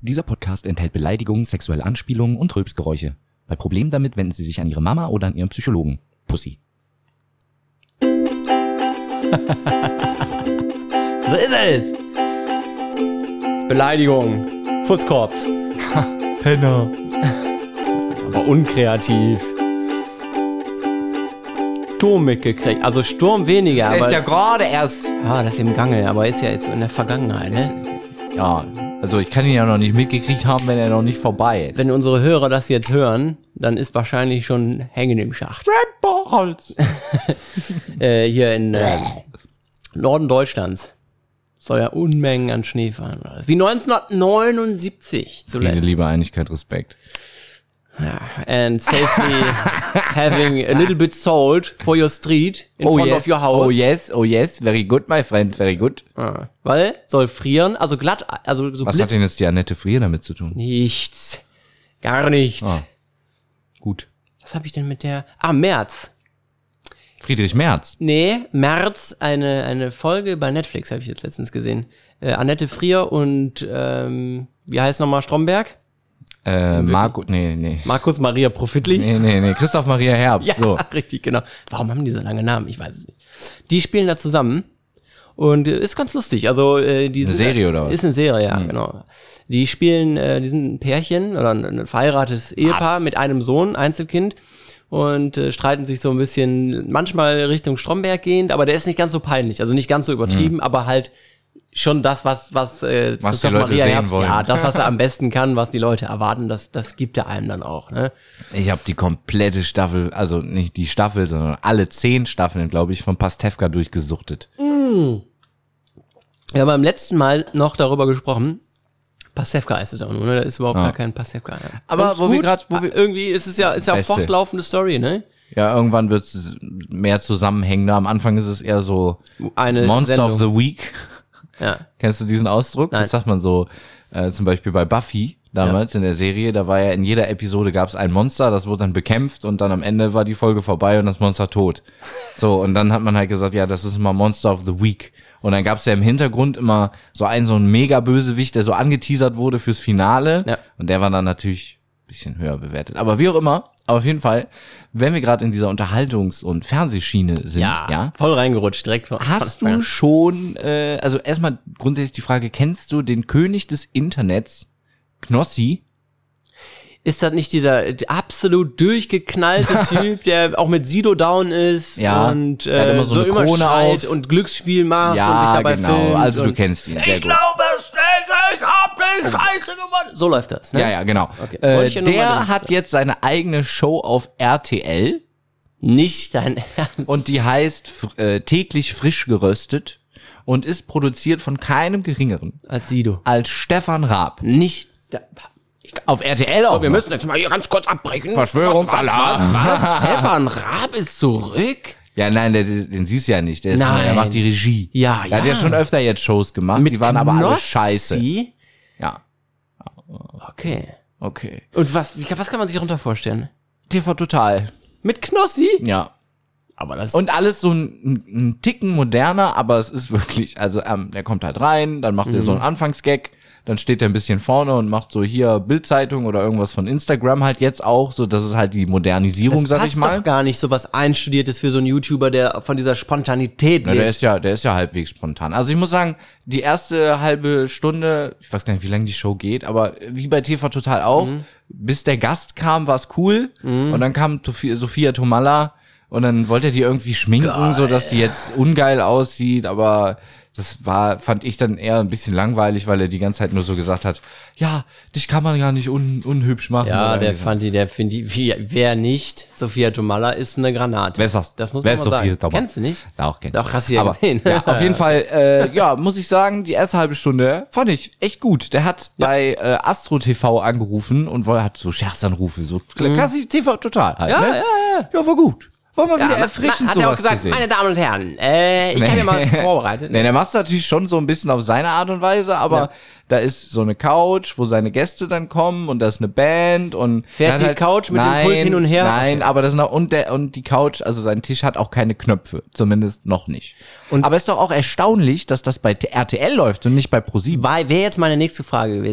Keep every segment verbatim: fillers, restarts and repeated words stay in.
Dieser Podcast enthält Beleidigungen, sexuelle Anspielungen und Rülpsgeräusche. Bei Problemen damit wenden Sie sich an Ihre Mama oder an Ihren Psychologen. Pussy. So ist es. Beleidigung. Futzkopf. Penner. Aber unkreativ. Sturm mitgekriegt. Also Sturm weniger. Er aber ist ja gerade erst... Ah, das ist im Gange, aber ist ja jetzt in der Vergangenheit, ne? Ja, also ich kann ihn ja noch nicht mitgekriegt haben, wenn er noch nicht vorbei ist. Wenn unsere Hörer das jetzt hören, dann ist wahrscheinlich schon hängen im Schacht. Red Balls. äh, hier in äh, Norden Deutschlands soll ja Unmengen an Schnee fallen. Wie neunzehnhundertneunundsiebzig zuletzt. Friede, Liebe, Einigkeit, Respekt. And safely having a little bit salt for your street in oh front yes, of your house. Oh yes, oh yes, very good, my friend, very good. Ah, weil soll frieren, also glatt, also so Was Blitz. hat denn jetzt die Annette Frier damit zu tun? Nichts. Gar nichts. Ah, gut. Was habe ich denn mit der? Ah, März. Friedrich Merz. Nee, März, eine, eine Folge bei Netflix habe ich jetzt letztens gesehen. Äh, Annette Frier und, ähm, wie heißt nochmal Stromberg? Äh, Marco, nee, nee. Markus Maria Profitli. Nee, nee, nee, Christoph Maria Herbst, Ja, so. richtig, genau. Warum haben die so lange Namen? Ich weiß es nicht. Die spielen da zusammen und äh, ist ganz lustig. Also, äh, die Eine sind, Serie oder was? Ist eine Serie, ja, mhm. genau. Die spielen, äh, die sind ein Pärchen oder ein, ein verheiratetes Ehepaar was? mit einem Sohn, Einzelkind. Und äh, streiten sich so ein bisschen, manchmal Richtung Stromberg gehend, aber der ist nicht ganz so peinlich, also nicht ganz so übertrieben, mhm. aber halt schon das, was was, äh, was die Leute Maria sehen Herbst, wollen. ja, das, was er am besten kann, was die Leute erwarten, das, das gibt er einem dann auch. Ne? Ich habe die komplette Staffel, also nicht die Staffel, sondern alle zehn Staffeln, glaube ich, von Pastewka durchgesuchtet. Mm. Wir haben beim letzten Mal noch darüber gesprochen. Pastewka ist es auch nur, ne? Da ist überhaupt ja. gar kein Pastewka. Ja. Aber Und wo gut, wir gerade, wo wir irgendwie ist es ja, ist ja Beste. fortlaufende Story, ne? Ja, irgendwann wird es mehr zusammenhängender. Am Anfang ist es eher so Eine Monster Sendung. of the Week. Ja. Kennst du diesen Ausdruck? Nein. Das sagt man so, äh, zum Beispiel bei Buffy damals ja. in der Serie. Da war ja in jeder Episode gab es ein Monster, das wurde dann bekämpft und dann am Ende war die Folge vorbei und das Monster tot. So, und dann hat man halt gesagt, ja, das ist immer Monster of the Week. Und dann gab es ja im Hintergrund immer so einen, so einen Mega-Bösewicht, der so angeteasert wurde fürs Finale. Ja. Und der war dann natürlich ein bisschen höher bewertet. Aber wie auch immer, auf jeden Fall, wenn wir gerade in dieser Unterhaltungs- und Fernsehschiene sind, Ja, ja, voll reingerutscht, direkt von hast von- du schon, äh, also erstmal grundsätzlich die Frage, kennst du den König des Internets, Knossi? Ist das nicht dieser absolut durchgeknallte Typ, der auch mit Sido down ist Ja, und der hat äh, immer so so eine immer Krone schreit auf. und Glücksspiel macht und sich Ja, dabei genau, filmt also du und kennst ihn, sehr ich gut. glaube es nicht, ich hab die Scheiße gewonnen. So läuft das, ne? Ja, ja, genau. Okay. Wollte Äh, ich ja nur mal der den- hat jetzt seine eigene Show auf R T L Nicht dein Ernst. und die heißt fr- äh, täglich frisch geröstet und ist produziert von keinem geringeren Als Sido. als Stefan Raab. Nicht da, Auf R T L auch. wir noch. müssen jetzt mal hier ganz kurz abbrechen. Verschwörungsalarm. Was, was, was? Stefan Raab ist zurück? Ja, nein, der, den siehst du ja nicht. Der, ist, Nein. der macht die Regie. Ja, Der hat ja ja. schon öfter jetzt Shows gemacht, die waren aber alle scheiße. Knossi? Ja, Okay. okay. Und was, wie, was kann man sich darunter vorstellen? T V Total. Mit Knossi? Ja. Aber das Und alles so ein, ein, ein Ticken moderner, aber es ist wirklich, also ähm, der kommt halt rein, dann macht er so einen Anfangsgag, dann steht er ein bisschen vorne und macht so hier Bildzeitung oder irgendwas von Instagram halt jetzt auch, so das ist halt die Modernisierung, das sag passt ich mal. doch gar nicht so was Einstudiertes für so einen YouTuber, der von dieser Spontanität Ja, lebt. der ist ja, der ist ja halbwegs spontan. Also ich muss sagen, die erste halbe Stunde, ich weiß gar nicht, wie lange die Show geht, aber wie bei T V Total auch, Mhm. bis der Gast kam, war es cool. Und dann kam Sophia, Sophia Tomalla und dann wollte er die irgendwie schminken, Geil. so dass die jetzt ungeil aussieht, aber das war, fand ich dann eher ein bisschen langweilig, weil er die ganze Zeit nur so gesagt hat, ja, dich kann man gar nicht un, unhübsch machen. Ja, Oder der irgendwie so. fand die, der findet die, wie, wer nicht, Sophia Tomalla ist eine Granate. Wer ist das? Das muss Wer man ist mal Sophia sagen. Tomalla? Kennst du nicht? Doch, kenn ich. Doch, hast du ja Aber, gesehen. Ja, auf jeden Fall, äh, ja, muss ich sagen, die erste halbe Stunde fand ich echt gut. Der hat bei äh, Astro T V angerufen und woll- hat so Scherzanrufe, so klassisch T V Total halt, Ja, ne? ja, ja. Ja, war gut. War mal wieder Ja, erfrischend, hat er auch sowas gesagt, zu sehen. meine Damen und Herren, äh, ich habe ja mal was vorbereitet. Nee, der macht es natürlich schon so ein bisschen auf seine Art und Weise, aber Ja. da ist so eine Couch, wo seine Gäste dann kommen und da ist eine Band und Fährt er hat die halt, Couch mit dem nein, Pult hin und her? Nein, Okay. aber das ist noch, und der und die Couch, also sein Tisch hat auch keine Knöpfe, zumindest noch nicht. Und- aber ist doch auch erstaunlich, dass das bei R T L läuft und nicht bei ProSieben. Wäre jetzt meine nächste Frage gewesen.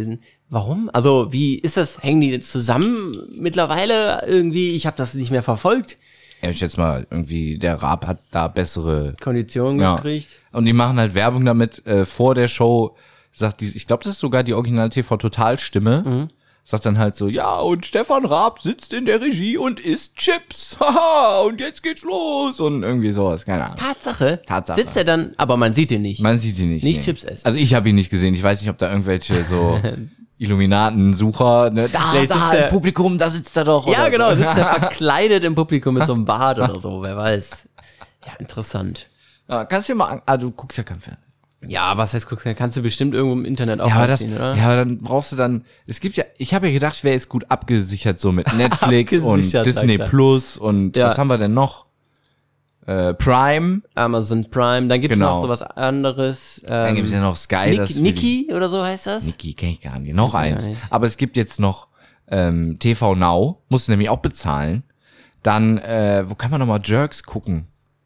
Warum? Also, wie ist das? Hängen die zusammen mittlerweile irgendwie? Ich habe das nicht mehr verfolgt. Ja, ich schätze mal, irgendwie der Raab hat da bessere Konditionen ja. gekriegt. Und die machen halt Werbung damit äh, vor der Show. Sagt die, ich glaube, das ist sogar die Original-T V-Total-Stimme. Mhm. Sagt dann halt so, ja, und Stefan Raab sitzt in der Regie und isst Chips. Haha, und jetzt geht's los. Und irgendwie sowas, keine Ahnung. Tatsache? Tatsache. Sitzt er dann, aber man sieht ihn nicht. Man sieht ihn nicht. Nicht nee. Chips essen. Also ich habe ihn nicht gesehen. Ich weiß nicht, ob da irgendwelche so Illuminaten-Sucher, ne? Da, Vielleicht da, sitzt er- im Publikum, da sitzt er doch. Ja, oder genau, so. sitzt er verkleidet im Publikum mit so einem Bart oder so, wer weiß. Ja, interessant. Ja, kannst du dir mal an, ah, du guckst ja kein Fernsehen. Ja, was heißt, guckst du, kannst du bestimmt irgendwo im Internet auch Ja, aber das, reinziehen, oder? ja, aber dann brauchst du dann, es gibt ja, ich habe ja gedacht, ich wäre jetzt gut abgesichert so mit Netflix und Abgesichert, Disney sagt er. Plus und Ja. was haben wir denn noch? Äh, Prime, Amazon Prime, dann gibt's Genau. noch sowas anderes. dann Ähm, gibt's ja noch Sky. das Niki, für die- Niki oder so heißt das? Niki kenn ich gar nicht. Noch Weiß ich gar eins. nicht. Aber es gibt jetzt noch ähm, T V Now, musst du nämlich auch bezahlen. Dann, äh, wo kann man nochmal Jerks gucken?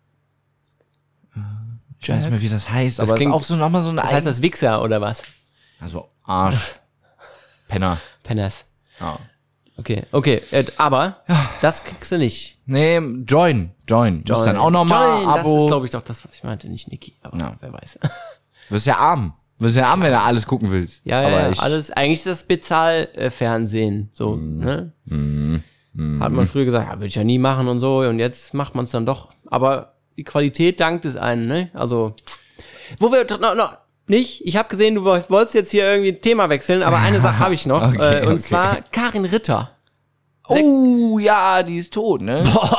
Ich weiß nicht mehr, wie das heißt, Das aber es ist klingt- auch so nochmal so eine Das heißt das Wichser oder was? Also Arsch. Penner. Penners. Ja. Okay, okay, äh, aber das kriegst du nicht. Nee, Join. Join. Du musst dann auch nochmal Join, das Abo. ist, glaube ich, doch das, was ich meinte, nicht Niki, aber Ja. wer weiß. Du wirst ja arm. Du wirst ja arm, wenn du alles gucken willst. Ja, aber ja, ich, alles, eigentlich ist das Bezahlfernsehen, so, ne? Hat man früher gesagt, ja, würde ich ja nie machen und so, und jetzt macht man es dann doch. Aber die Qualität dankt es einem, ne? Also, wo wir noch, noch nicht, ich habe gesehen, du wolltest jetzt hier irgendwie ein Thema wechseln, aber eine Sache habe ich noch, Okay, äh, und okay. zwar Karin Ritter. Oh, ja, die ist tot, ne?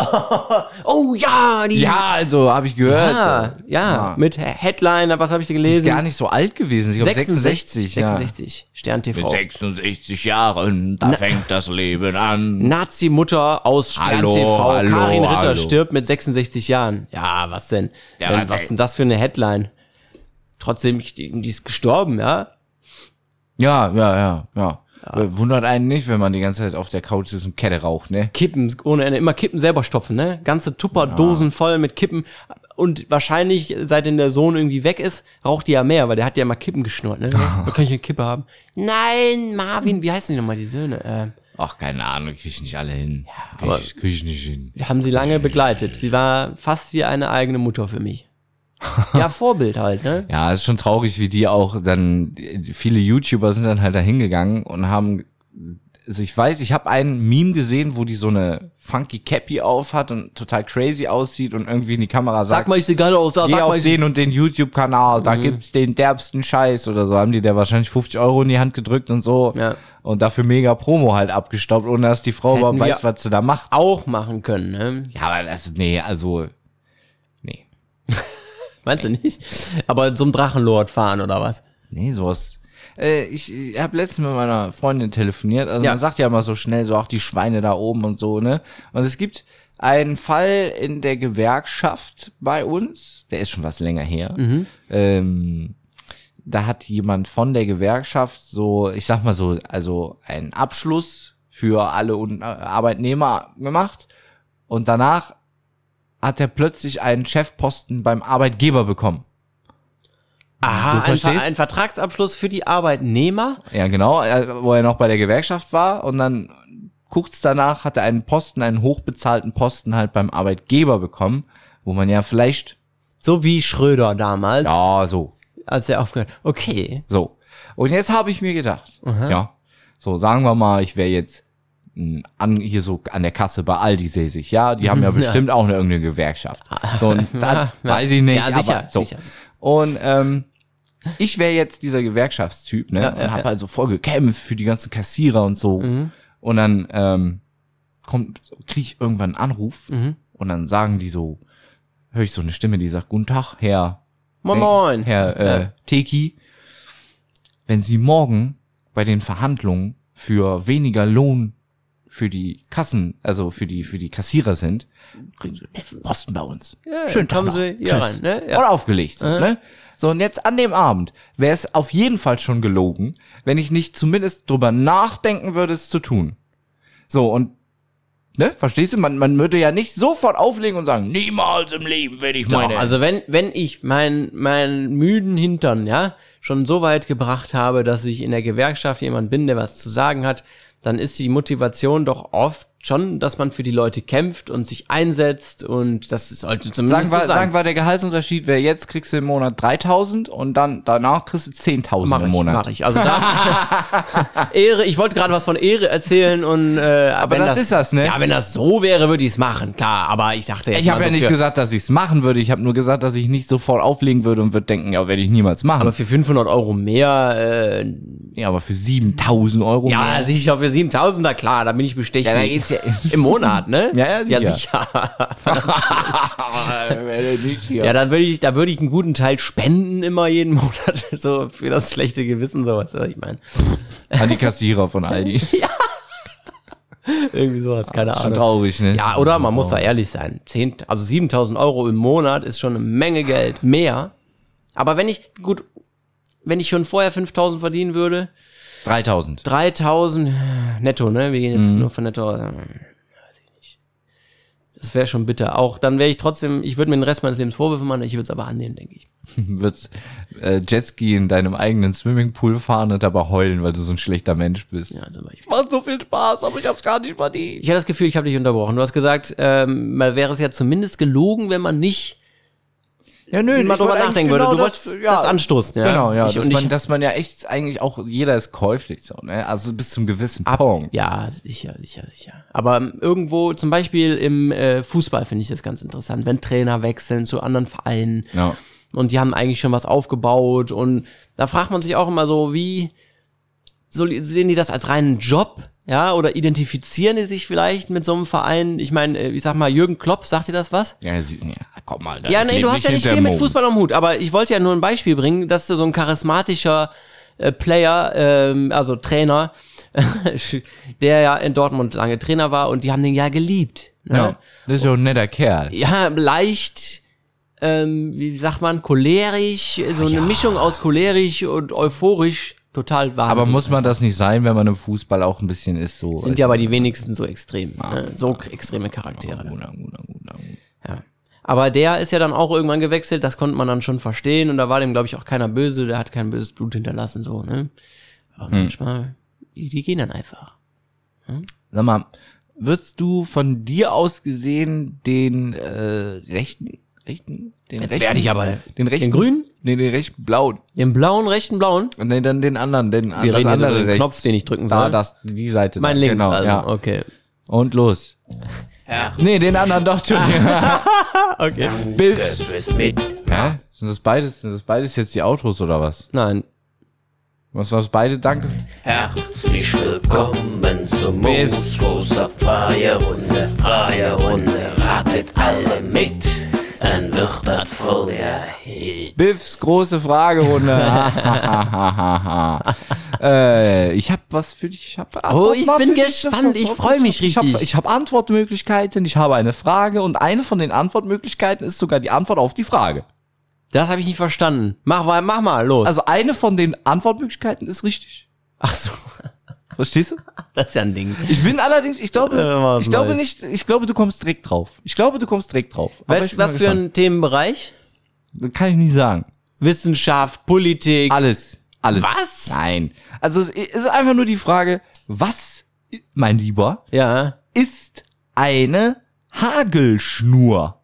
Oh ja, die Ja, also, habe ich gehört. ja, so. ja, mit Headline, was habe ich da Die ist gelesen? gar nicht so alt gewesen. Ich glaube sechsundsechzig. sechsundsechzig, Stern T V. Mit sechsundsechzig Jahren, da fängt das Leben an. Nazi-Mutter aus Stern Hallo, T V. hallo, Karin Ritter hallo. stirbt mit sechsundsechzig Jahren. Ja, was denn? Ja, Wenn, aber- was ist denn das für eine Headline? Trotzdem, die, die ist gestorben, ja? Ja, ja, ja, ja. Wundert einen nicht, wenn man die ganze Zeit auf der Couch ist und Kette raucht, ne? Kippen, ohne Ende. Immer Kippen selber stopfen, ne? Ganze Tupperdosen voll mit Kippen. Und wahrscheinlich, seitdem der Sohn irgendwie weg ist, raucht die ja mehr, weil der hat ja immer Kippen geschnurrt, ne? Da kann ich eine Kippe haben. Nein, Marvin, wie heißen die nochmal, die Söhne? Äh, Ach, keine Ahnung, krieg ich nicht alle hin. krieg, aber- ich, krieg ich nicht hin. wir haben sie lange begleitet. Sie war fast wie eine eigene Mutter für mich. Ja, Vorbild halt, ne? Ja, es ist schon traurig, wie die auch dann, viele YouTuber sind dann halt da hingegangen und haben, also ich weiß, ich habe ein Meme gesehen, wo die so eine funky Cappy auf hat und total crazy aussieht und irgendwie in die Kamera sagt, Sag mal, ich sehe geil aus. Sag geh mal, auf ich den und den YouTube-Kanal, da gibt's den derbsten Scheiß oder so, haben die der wahrscheinlich fünfzig Euro in die Hand gedrückt und so Ja. und dafür mega Promo halt abgestaubt, ohne dass die Frau überhaupt wir- weiß, was sie da macht. auch machen können, ne? Ja, aber das, nee, also, nee. Meinst du nicht? Aber zum Drachenlord fahren oder was? Nee, sowas. Äh, ich ich habe letztens mit meiner Freundin telefoniert. Also Ja. man sagt ja immer so schnell, so auch die Schweine da oben und so, ne? Und es gibt einen Fall in der Gewerkschaft bei uns, der ist schon was länger her. Mhm. Ähm, da hat jemand von der Gewerkschaft so, ich sag mal so, also einen Abschluss für alle Un- Arbeitnehmer gemacht. Und danach hat er plötzlich einen Chefposten beim Arbeitgeber bekommen. Aha, Du ein, Ver verstehst? ein Vertragsabschluss für die Arbeitnehmer? Ja, genau, äh, wo er noch bei der Gewerkschaft war und dann kurz danach hat er einen Posten, einen hochbezahlten Posten halt beim Arbeitgeber bekommen, wo man ja vielleicht, So wie Schröder damals, ja, so, als er aufgehört. Okay. so. Und jetzt habe ich mir gedacht, ja, so sagen wir mal, ich wäre jetzt mh, an, hier so an der Kasse bei Aldi säßig, ja, die haben ja bestimmt auch eine irgendeine Gewerkschaft. So, und dann Ja, ja. weiß ich nicht, Ja, sicher, aber so. sicher. Und ähm, ich wäre jetzt dieser Gewerkschaftstyp, ne? Ja, und ja, habe ja. halt so voll gekämpft für die ganzen Kassierer und so. Und dann ähm, kommt, kriege ich irgendwann einen Anruf und dann sagen die so, höre ich so eine Stimme, die sagt, guten Tag, Herr, Moin, moin. Herr äh, Ja. Teki, wenn Sie morgen bei den Verhandlungen für weniger Lohn für die Kassen, also für die für die Kassierer sind, kriegen Sie einen Posten bei uns. Ja, Schönen Tag kommen noch. Sie hier Tschüss. rein, ne? Ja. Und aufgelegt. So, ne? So, und jetzt an dem Abend wäre es auf jeden Fall schon gelogen, wenn ich nicht zumindest drüber nachdenken würde, es zu tun. So, und Ne? Verstehst du? Man, man würde ja nicht sofort auflegen und sagen, niemals im Leben werde ich meine... Doch, also wenn, wenn ich meinen mein müden Hintern, ja, schon so weit gebracht habe, dass ich in der Gewerkschaft jemand bin, der was zu sagen hat, dann ist die Motivation doch oft schon, dass man für die Leute kämpft und sich einsetzt und das sollte zumindest Sagen wir, so sein. sagen wir, der Gehaltsunterschied wäre jetzt, kriegst du im Monat dreitausend und dann danach kriegst du zehntausend Mach im ich, Monat. mach ich. Also da Ehre, ich wollte gerade was von Ehre erzählen und äh, Aber wenn das ist das, ne? Ja, wenn das so wäre, würde ich es machen, klar, aber ich dachte jetzt Ich mal habe so ja nicht für, gesagt, dass ich es machen würde. Ich habe nur gesagt, dass ich nicht sofort auflegen würde und würde denken, ja, werde ich niemals machen. aber für fünfhundert Euro mehr, äh, ja, aber für siebentausend Euro ja, mehr. sicher, für siebentausender, klar, da bin ich bestechlich. Ja, da geht's ja- Im Monat, ne? Ja, ja, sicher. Ja, sicher. nicht hier. Ja, da würde ich, da würde ich einen guten Teil spenden immer jeden Monat, so für das schlechte Gewissen, sowas, was ich meine. An die Kassierer von Aldi. Irgendwie sowas, keine Schon Ahnung. traurig, ne? Ja, oder man muss da ehrlich sein. zehn, also siebentausend Euro im Monat ist schon eine Menge Geld. Mehr. Aber wenn ich, gut, wenn ich schon vorher fünftausend verdienen würde, dreitausend. dreitausend netto, ne? Wir gehen jetzt Mhm. nur von netto. Weiß ich nicht. Das wäre schon bitter. Auch dann wäre ich trotzdem, ich würde mir den Rest meines Lebens Vorwürfe machen, ich würde es aber annehmen, denke ich. Würdest äh, Jetski in deinem eigenen Swimmingpool fahren und dabei heulen, weil du so ein schlechter Mensch bist. Ja, zum Beispiel. Macht so viel Spaß, aber ich hab's gar nicht verdient. Ich hatte das Gefühl, ich habe dich unterbrochen. Du hast gesagt, ähm, mal wäre es ja zumindest gelogen, wenn man nicht Ja, nö, mal ich drüber wollte nachdenken eigentlich würde. Du genau wolltest das- das, ja. anstoßen, ja. Genau, ja, Ich, dass, und man, ich, dass man ja echt eigentlich auch, jeder ist käuflich so, ne? Also bis zum gewissen ab, Punkt. ja, sicher, sicher, sicher. Aber ähm, irgendwo, zum Beispiel im äh, Fußball finde ich das ganz interessant, wenn Trainer wechseln zu anderen Vereinen. Ja. Und die haben eigentlich schon was aufgebaut und da fragt man sich auch immer so, wie so, sehen die das als reinen Job, ja, oder identifizieren die sich vielleicht mit so einem Verein? Ich meine, ich sag mal, Jürgen Klopp, sagt dir das was? Ja, sie, ja komm mal. da- Ja, ich nee, leb du hast ja nicht viel hinterm mit Mond. Fußball am Hut, aber ich wollte ja nur ein Beispiel bringen, dass du so ein charismatischer äh, Player, ähm, also Trainer, der ja in Dortmund lange Trainer war und die haben den ja geliebt. Ne? Ja, das ist ja ein netter Kerl. Ja, leicht, ähm, wie sagt man, cholerisch, so eine Mischung aus cholerisch und euphorisch, total Wahnsinn. Aber muss man das nicht sein, wenn man im Fußball auch ein bisschen ist so? Sind ja aber die wenigsten so extrem, ne? So extreme Charaktere. Gut, gut, gut, gut. Ja. Aber der ist ja dann auch irgendwann gewechselt, das konnte man dann schon verstehen und da war dem, glaube ich, auch keiner böse, der hat kein böses Blut hinterlassen, so, ne? Aber manchmal, die, die gehen dann einfach. Sag mal, würdest du von dir aus gesehen den äh, rechten, rechten, den Jetzt rechten, werde ich aber- den rechten, den grünen? Nee, den rechten blauen. Den blauen, rechten blauen? Und nee, dann den anderen, den Wir das reden jetzt über andere den rechts. Knopf, den ich drücken Da, soll. das, die Seite. Mein da. links, Genau, also, ja. okay. Und los. Ja. Nee, den anderen doch, Entschuldigung. Okay. Biff. Tschüss mit. Hä? Sind das beides, sind das beides jetzt die Autos oder was? Nein. Was war's beide? Danke. Herzlich willkommen zum Bis- Moos großer Feierrunde. Feierrunde, ratet alle mit, dann wird das voll der Hit. Biffs große Fragerunde. äh, ich habe was für dich. Ich hab Oh, ich Antwort bin für dich. gespannt. Ich freu mich Ich habe richtig. ich hab Antwortmöglichkeiten. Ich habe eine Frage und eine von den Antwortmöglichkeiten ist sogar die Antwort auf die Frage. Das habe ich nicht verstanden. Mach mal, mach mal, los. Also eine von den Antwortmöglichkeiten ist richtig. Ach so, Verstehst du? das ist ja ein Ding. Ich bin allerdings, ich glaube, Äh, was ich glaube Neues. nicht, ich glaube, du kommst direkt drauf. Ich glaube, du kommst direkt drauf. Aber Weißt ich du, bin was mal für gespannt. ein Themenbereich? Kann ich nicht sagen. Wissenschaft, Politik. Alles. Alles. Was? Nein. Also es ist einfach nur die Frage, was, mein Lieber, Ja. ist eine Hagelschnur?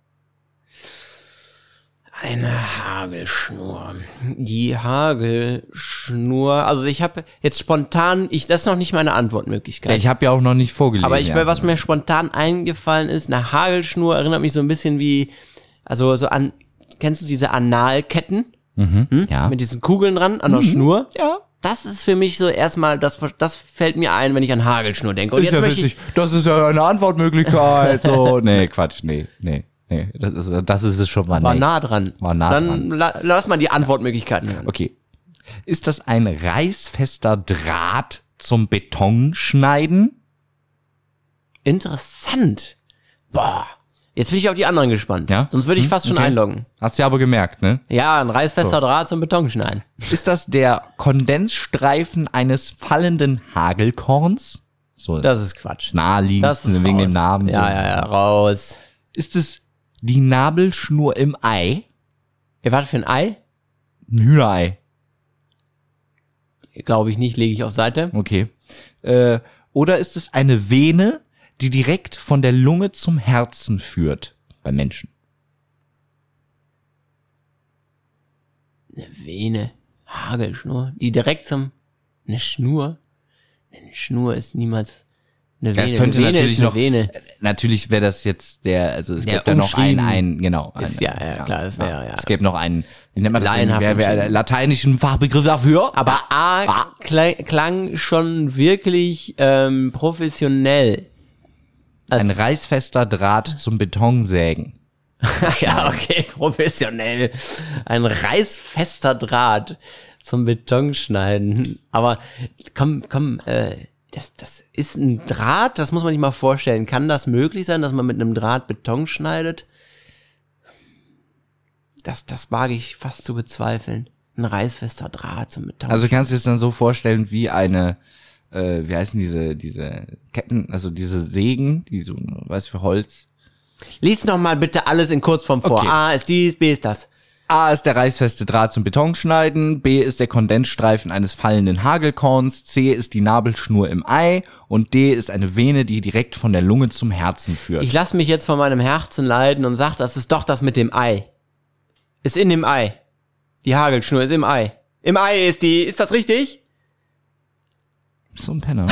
Eine Hagelschnur. Die Hagelschnur. Also ich habe jetzt spontan, ich das ist noch nicht meine Antwortmöglichkeit. Ja, ich habe ja auch noch nicht vorgelesen. Aber ich, ja. was mir spontan eingefallen ist, eine Hagelschnur erinnert mich so ein bisschen wie, also so an, kennst du diese Analketten? Hm? Ja. Mit diesen Kugeln dran an der Schnur? Ja. Das ist für mich so erstmal, das, das fällt mir ein, wenn ich an Hagelschnur denke. Und Ist jetzt ja möchte ich, witzig. Das ist ja eine Antwortmöglichkeit. So, nee, Quatsch, nee, nee, nee. Das ist, das ist es schon mal war nicht. nah dran. War nah Dann la, lass mal die Antwortmöglichkeiten hören. Okay. Ist das ein reißfester Draht zum Betonschneiden? Interessant. Boah. Jetzt bin ich auf die anderen gespannt. Ja? Sonst würde ich Hm, fast schon okay. einloggen. Hast du ja aber gemerkt, ne? Ja, ein reißfester Draht zum Betonschneiden. Ist das der Kondensstreifen eines fallenden Hagelkorns? So Das ist Quatsch. das naheliegendste Das ist wegen raus. dem Namen. Ja, so. ja, ja, raus. Ist es die Nabelschnur im Ei? Ihr wartet für ein Ei? Ein Hühnerei. Glaube ich nicht, lege ich auf Seite. Okay. Äh, oder ist es eine Vene, die direkt von der Lunge zum Herzen führt? Bei Menschen. Eine Vene, Hagelschnur, die direkt zum, eine Schnur? Eine Schnur ist niemals eine Vene. Das könnte eine Vene natürlich ist eine noch, Vene. natürlich wäre das jetzt der, also es Der gibt da noch einen, umschrieben einen, genau. ist, einen, ja, ja, klar, das wäre, ja. Es gäbe noch einen, wie nennt man das denn? Laienhaft Wer, wer, umschrieben. lateinischen Fachbegriff dafür? Aber A Ah. klang, klang schon wirklich ähm, professionell. Ein reißfester Draht zum Betonsägen. Ja, okay, professionell. Ein reißfester Draht zum Betonschneiden. Aber komm, komm, äh, das, das ist ein Draht, das muss man sich mal vorstellen. Kann das möglich sein, dass man mit einem Draht Beton schneidet? Das, das wage ich fast zu bezweifeln. Ein reißfester Draht zum Beton. Also kannst du dir das dann so vorstellen wie eine, äh, wie heißen diese, diese Ketten, also diese Sägen, die so, weißt du, für Holz. Lies noch mal bitte alles in Kurzform vor. Okay. A ist dies, B ist das. A ist der reißfeste Draht zum Betonschneiden, B ist der Kondensstreifen eines fallenden Hagelkorns, C ist die Nabelschnur im Ei und D ist eine Vene, die direkt von der Lunge zum Herzen führt. Ich lasse mich jetzt von meinem Herzen leiden und sag, das ist doch das mit dem Ei. Ist in dem Ei. Die Hagelschnur ist im Ei. Im Ei ist die, ist das richtig? So ein Penner.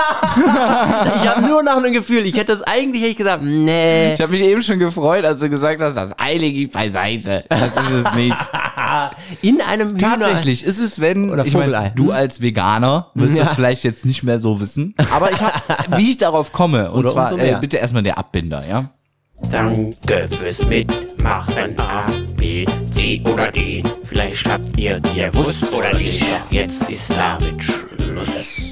Ich habe nur noch ein Gefühl, ich hätte das eigentlich hätte ich gesagt, nee. Ich habe mich eben schon gefreut, als du gesagt hast, das Ei lege ich beiseite. Das ist es nicht. In einem Hühner. Tatsächlich ist es, wenn, Oder ich mein, Vogelei. du Hm? als Veganer wirst Ja. das vielleicht jetzt nicht mehr so wissen, aber ich hab, wie ich darauf komme, und Oder zwar umso mehr. äh, bitte erstmal der Abbinder, ja? Danke fürs Mitmachen. A, B, C oder D. Vielleicht habt ihr gewusst oder nicht. Doch jetzt ist damit Schluss.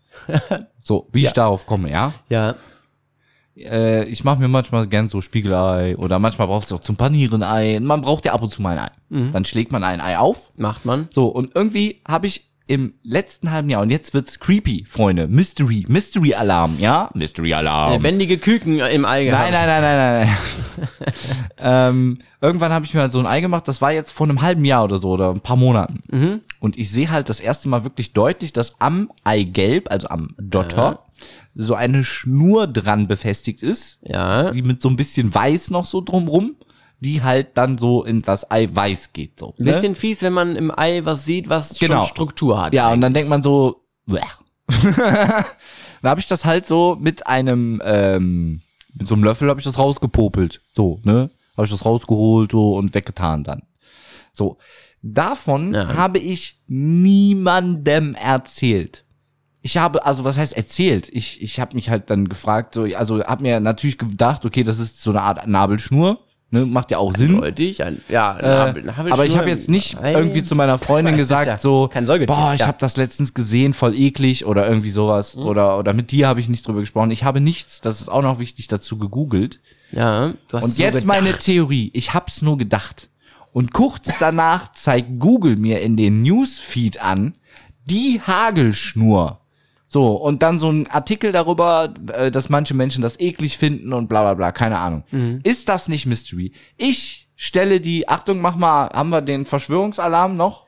So, wie ich darauf komme, ja? Ja. Äh, ich mache mir manchmal gern so Spiegelei oder manchmal brauchst du auch zum Panieren Ei. Man braucht ja ab und zu mal ein Ei. Mhm. Dann schlägt man ein Ei auf. Macht man. So, und irgendwie habe ich im letzten halben Jahr, und jetzt wird's creepy, Freunde, Mystery, Mystery-Alarm, ja? Mystery-Alarm. Lebendige Küken im Ei gehabt. Nein, nein, nein, nein, nein. ähm, irgendwann habe ich mir halt so ein Ei gemacht, das war jetzt vor einem halben Jahr oder so oder ein paar Monaten. Mhm. Und ich sehe halt das erste Mal wirklich deutlich, dass am Eigelb, also am Dotter, so eine Schnur dran befestigt ist, Ja. die mit so ein bisschen weiß noch so drumrum, die halt dann so in das Ei weiß geht. So, Ein ne? bisschen fies, wenn man im Ei was sieht, was Genau. schon Struktur hat. Ja, und dann denkt man so, bleh. Dann habe ich das halt so mit einem, ähm, mit so einem Löffel habe ich das rausgepopelt. So, ne? Habe ich das rausgeholt so und weggetan dann. So, davon Ja. habe ich niemandem erzählt. Ich habe, also was heißt erzählt? Ich, ich habe mich halt dann gefragt, so, also habe mir natürlich gedacht, okay, das ist so eine Art Nabelschnur, ne? Macht ja auch Sinn. Eindeutig, ein, ja, Äh, Nabel, Nabelschnur aber ich habe im jetzt nicht Ei. irgendwie zu meiner Freundin Das ist gesagt, ja so, kein Säugetier, boah, ich ja. habe das letztens gesehen, voll eklig oder irgendwie sowas. Oder, oder mit dir habe ich nicht drüber gesprochen. Ich habe nichts, das ist auch noch wichtig, dazu gegoogelt. Ja, du hast Und so jetzt gedacht. meine Theorie. Ich hab's nur gedacht. Und kurz danach zeigt Google mir in den Newsfeed an, die Hagelschnur. So, und dann so ein Artikel darüber, äh, dass manche Menschen das eklig finden und bla bla bla, keine Ahnung. Mhm. Ist das nicht Mystery? Ich stelle die, Achtung, mach mal, haben wir den Verschwörungsalarm noch?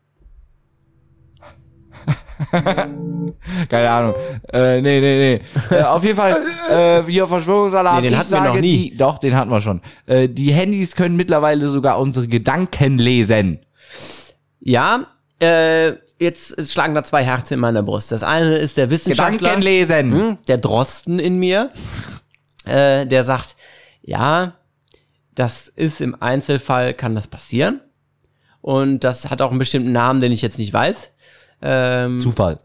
Keine Ahnung. Äh, nee, nee, nee. Äh, auf jeden Fall, äh, hier Verschwörungsalarm. Nee, den ich hatten wir sage, noch nie. Die, doch, den hatten wir schon. Äh, die Handys können mittlerweile sogar unsere Gedanken lesen. Ja, äh, jetzt schlagen da zwei Herzen in meiner Brust. Das eine ist der Wissenschaftler, Gedanken lesen. hm, der Drosten in mir, äh, der sagt, ja, das ist im Einzelfall, kann das passieren. Und das hat auch einen bestimmten Namen, den ich jetzt nicht weiß. Ähm, Zufall.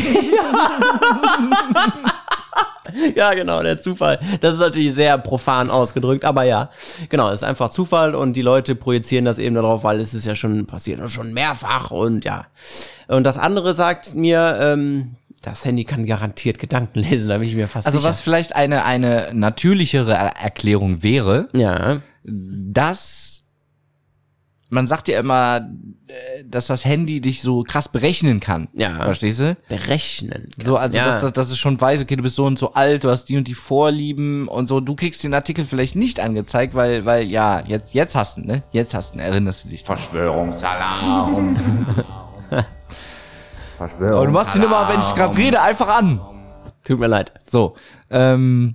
ja, genau, der Zufall. Das ist natürlich sehr profan ausgedrückt, aber ja, genau, es ist einfach Zufall und die Leute projizieren das eben darauf, weil es ist ja schon passiert und schon mehrfach und ja. Und das andere sagt mir, ähm, das Handy kann garantiert Gedanken lesen, da bin ich mir fast Also sicher. was vielleicht eine, eine natürlichere Er- Erklärung wäre, Ja, dass man sagt ja immer, äh, dass das Handy dich so krass berechnen kann. Ja. Verstehst du? Berechnen. So, also, ja. dass, dass, dass es schon weiß, okay, du bist so und so alt, du hast die und die Vorlieben und so. Du kriegst den Artikel vielleicht nicht angezeigt, weil, weil, ja, jetzt, jetzt hast du, ne? Jetzt hast du, erinnerst du dich dran. Verschwörungsalarm. Aber du machst ihn immer, wenn ich gerade rede, einfach an. Tut mir leid. So, ähm,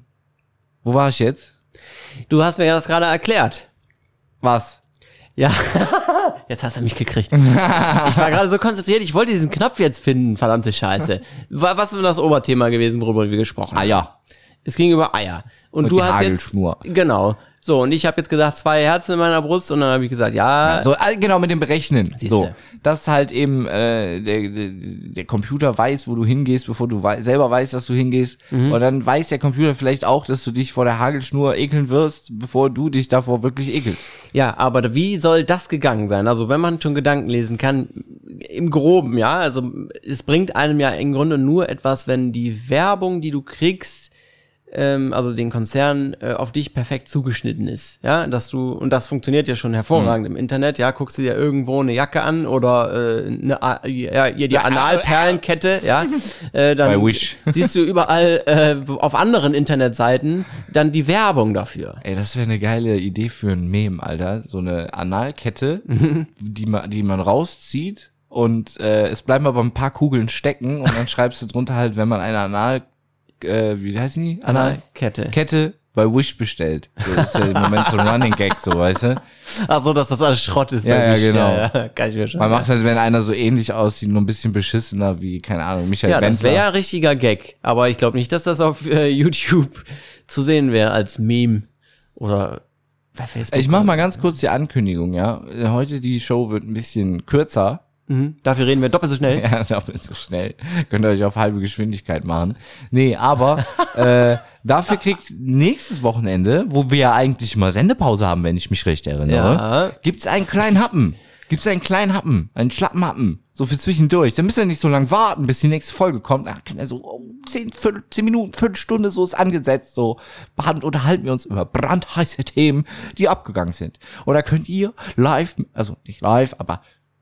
wo war ich jetzt? Du hast mir ja das gerade erklärt. Was? Ja, jetzt hast du mich gekriegt. Ich war gerade so konzentriert, ich wollte diesen Knopf jetzt finden, verdammte Scheiße. Was ist denn das Oberthema gewesen, worüber wir gesprochen haben? Eier. Es ging über Eier. Und, Und du die hast Hagelschnur. jetzt, genau. So, und ich habe jetzt gesagt, zwei Herzen in meiner Brust und dann habe ich gesagt, ja. So, äh, genau, mit dem Berechnen. Siehste. So, dass halt eben äh, der, der, der Computer weiß, wo du hingehst, bevor du wei- selber weißt, dass du hingehst. Mhm. Und dann weiß der Computer vielleicht auch, dass du dich vor der Hagelschnur ekeln wirst, bevor du dich davor wirklich ekelst. Ja, aber wie soll das gegangen sein? Also, wenn man schon Gedanken lesen kann, im Groben, ja, also es bringt einem ja im Grunde nur etwas, wenn die Werbung, die du kriegst, ähm, also den Konzern, äh, auf dich perfekt zugeschnitten ist, ja, dass du, und das funktioniert ja schon hervorragend mhm. im Internet, ja, guckst du dir irgendwo eine Jacke an oder äh, eine, A- ja, hier die Analperlenkette, ja, äh, dann Bei Wish. siehst du überall äh, auf anderen Internetseiten dann die Werbung dafür. Ey, das wäre eine geile Idee für ein Meme, Alter. So eine Analkette, die man, die man rauszieht und äh, es bleiben aber ein paar Kugeln stecken und dann schreibst du drunter halt, wenn man eine Anal, äh, wie heißt die? Analkette. Kette bei Wish bestellt. So, das ist ja im Moment so ein Running Gag, so, weißt du? Ach so, dass das alles Schrott ist. Ja, bei ja, Wish. genau. Ja, ja, kann ich mir schon. Man macht halt, wenn einer so ähnlich aussieht, nur ein bisschen beschissener wie, keine Ahnung, Michael Ja, das Wendler. wäre ja ein richtiger Gag. Aber ich glaube nicht, dass das auf äh, YouTube zu sehen wäre als Meme oder bei Facebook. Ich mach mal ganz kurz die Ankündigung, ja. Heute die Show wird ein bisschen kürzer. Mhm. Dafür reden wir doppelt so schnell. Ja, doppelt so schnell. Könnt ihr euch auf halbe Geschwindigkeit machen. Nee, aber äh, dafür kriegt nächstes Wochenende, wo wir ja eigentlich mal Sendepause haben, wenn ich mich recht erinnere, Ja. gibt's einen kleinen Happen. Gibt's einen kleinen Happen, einen schlappen Happen. So für zwischendurch. Dann müsst ihr nicht so lange warten, bis die nächste Folge kommt. Da können wir so oh, zehn, zehn Minuten, fünf Stunden, so ist angesetzt. So behandeln, unterhalten wir uns über brandheiße Themen, die abgegangen sind. Oder könnt ihr live, also nicht live, aber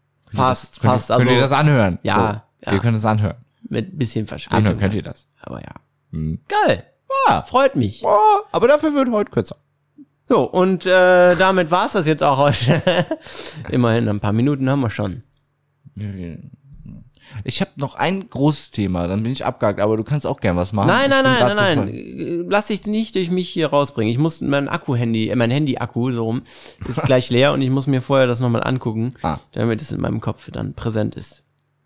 Fast, könnt fast. Ihr, könnt also ihr das anhören? Ja, So, ja. Ihr könnt es anhören. mit ein bisschen Verspätung. Anhören könnt ihr das. Aber ja. Hm. Geil. Ah, Freut mich. oh, aber dafür wird heute kürzer. So, und äh, damit war's das jetzt auch heute. Immerhin, ein paar Minuten haben wir schon. Ich habe noch ein großes Thema, dann bin ich abgehakt, aber du kannst auch gern was machen. Nein, Ich nein, bin nein, grad nein, so nein. voll. Äh, Lass dich nicht durch mich hier rausbringen. Ich muss mein Akku-Handy, äh, mein Handy-Akku, so rum, ist gleich leer und ich muss mir vorher das nochmal angucken, Ah. damit es in meinem Kopf dann präsent ist.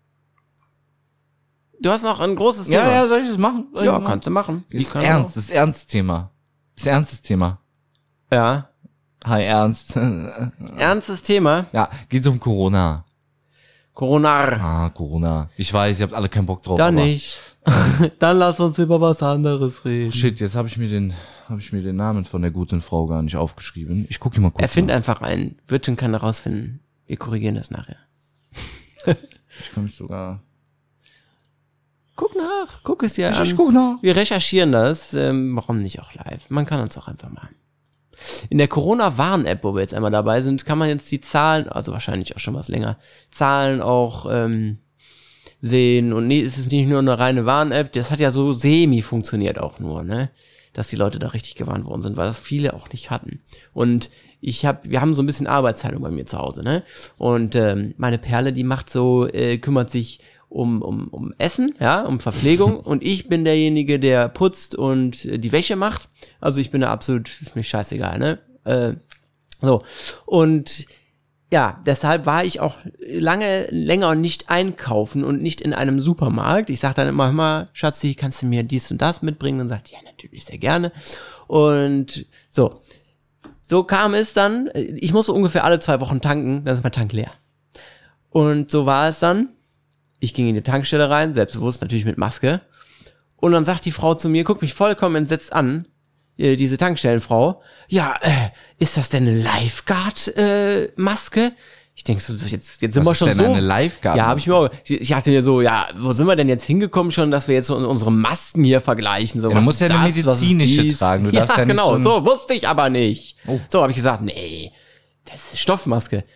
Du hast noch ein großes Thema. Ja, ja, soll ich das machen? Soll ich Ja, das machen? kannst du machen. Das ist kann ernst, das ist ernst Thema. Das ist ernstes Thema. auch. Ja. Hi, Ernst. Ernstes Thema. Ja, geht's um Corona. Coronar. Ah, Corona. Ich weiß, ihr habt alle keinen Bock drauf. Dann aber nicht. Dann lass uns über was anderes reden. Shit, jetzt habe ich mir den, habe ich mir den Namen von der guten Frau gar nicht aufgeschrieben. Ich gucke mal kurz. Erfind nach. einfach einen. Wird schon keiner rausfinden. Wir korrigieren das nachher. Ich kann mich sogar. Guck nach. Guck es dir Ich, an. ich guck nach. Wir recherchieren das. Ähm, warum nicht auch live? Man kann uns auch einfach mal. In der Corona-Warn-App, wo wir jetzt einmal dabei sind, kann man jetzt die Zahlen, also wahrscheinlich auch schon was länger, Zahlen auch ähm, sehen. Und nee, es ist nicht nur eine reine Warn-App, das hat ja so semi funktioniert auch nur, ne? Dass die Leute da richtig gewarnt worden sind, weil das viele auch nicht hatten. Und ich habe, wir haben so ein bisschen Arbeitsteilung bei mir zu Hause, ne? Und ähm, meine Perle, die macht so, äh, kümmert sich um, um, um Essen, ja, um Verpflegung und ich bin derjenige, der putzt und äh, die Wäsche macht. Also ich bin da absolut, ist mir scheißegal, ne? Äh, so. Und ja, deshalb war ich auch lange, länger nicht einkaufen und nicht in einem Supermarkt. Ich sag dann immer, hör mal, Schatzi, kannst du mir dies und das mitbringen? Und sagt, ja, natürlich, sehr gerne. Und so. So kam es dann, ich musste ungefähr alle zwei Wochen tanken, dann ist mein Tank leer. Und so war es dann. Ich ging in die Tankstelle rein, selbstbewusst, natürlich mit Maske. Und dann sagt die Frau zu mir, guckt mich vollkommen entsetzt an, äh, diese Tankstellenfrau. Ja, äh, ist das denn eine Lifeguard-Maske? ich denke so, jetzt, jetzt sind Was wir ist schon denn so. eine Live-Gabe? Ja, habe ich mir auch. Ich ich dachte mir so, ja, wo sind wir denn jetzt hingekommen schon, dass wir jetzt so unsere Masken hier vergleichen? So, Ja, du was musst ist ja eine das? Was ist medizinische dies? tragen. Du ja, darfst ja nicht genau. so ein- So wusste ich aber nicht. Oh. So habe ich gesagt, nee, das ist Stoffmaske.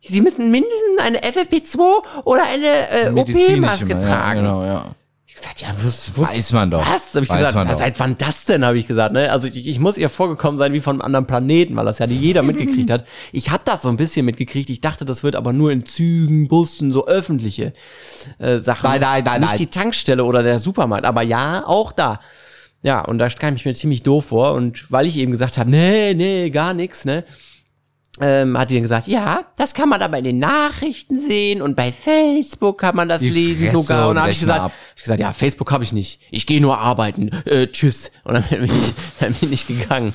Sie müssen mindestens eine F F P zwei oder eine äh, O P-Maske tragen. Ja, genau, ja. Ich gesagt, ja, was, was Weiß man doch. Was? Hab ich Weiß gesagt, man was, doch. seit wann das denn, habe ich gesagt. Ne? Also ich, ich muss ihr vorgekommen sein wie von einem anderen Planeten, weil das ja nicht jeder mitgekriegt hat. Ich hab das so ein bisschen mitgekriegt. Ich dachte, das wird aber nur in Zügen, Bussen, so öffentliche äh, Sachen. Nein, nein, nein, Nicht nein. die Tankstelle oder der Supermarkt, aber ja, auch da. Ja, und da kam ich mir ziemlich doof vor. Und weil ich eben gesagt habe, nee, nee, gar nichts, ne, ähm, hat die dann gesagt, ja, das kann man aber in den Nachrichten sehen und bei Facebook kann man das Die lesen Fresse sogar. Und und dann habe ich rechne gesagt, ab. hab ich gesagt, ja, Facebook habe ich nicht. Ich gehe nur arbeiten. Äh, tschüss. Und dann bin ich, dann bin ich gegangen.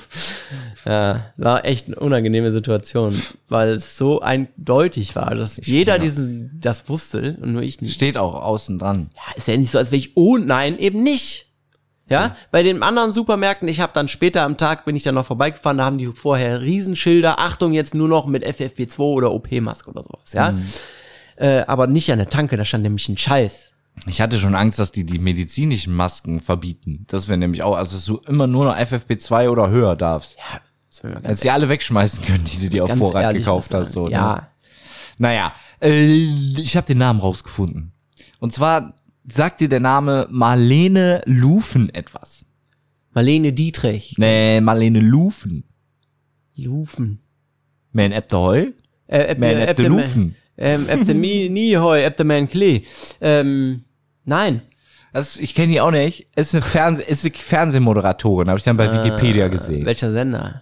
Ja, war echt eine unangenehme Situation, weil es so eindeutig war, dass jeder diesen, das wusste und nur ich nicht. Steht auch außen dran. Ja, ist ja nicht so, als wäre ich, oh nein, eben nicht. Ja, bei den anderen Supermärkten, ich habe dann später am Tag, bin ich dann noch vorbeigefahren, da haben die vorher Riesenschilder, Achtung, jetzt nur noch mit F F P zwei oder O P-Maske oder sowas, ja. Mhm. Äh, aber nicht an der Tanke, da stand nämlich ein Scheiß. Ich hatte schon Angst, dass die die medizinischen Masken verbieten. Das wäre nämlich auch, also dass du immer nur noch F F P zwei oder höher darfst. Ja, das will man ganz Dass die alle wegschmeißen können, die du dir auf ganz Vorrat ehrlich gekauft was hast. So, sagen. ne? Ja, Naja, äh, ich habe den Namen rausgefunden. Und zwar sagt dir der Name Marlene Lufen etwas. Marlene Dietrich. Nee, Marlene Lufen. Lufen. Men eb de Heu? Äh, eb Men de, eb eb de de, Lufen. ähm, eb de Mi, Nieheu, eb de Man Klee. Ähm, nein. Das, ich kenne die auch nicht. Ist eine, Fernseh ist eine Fernsehmoderatorin, habe ich dann bei Wikipedia gesehen. Welcher Sender?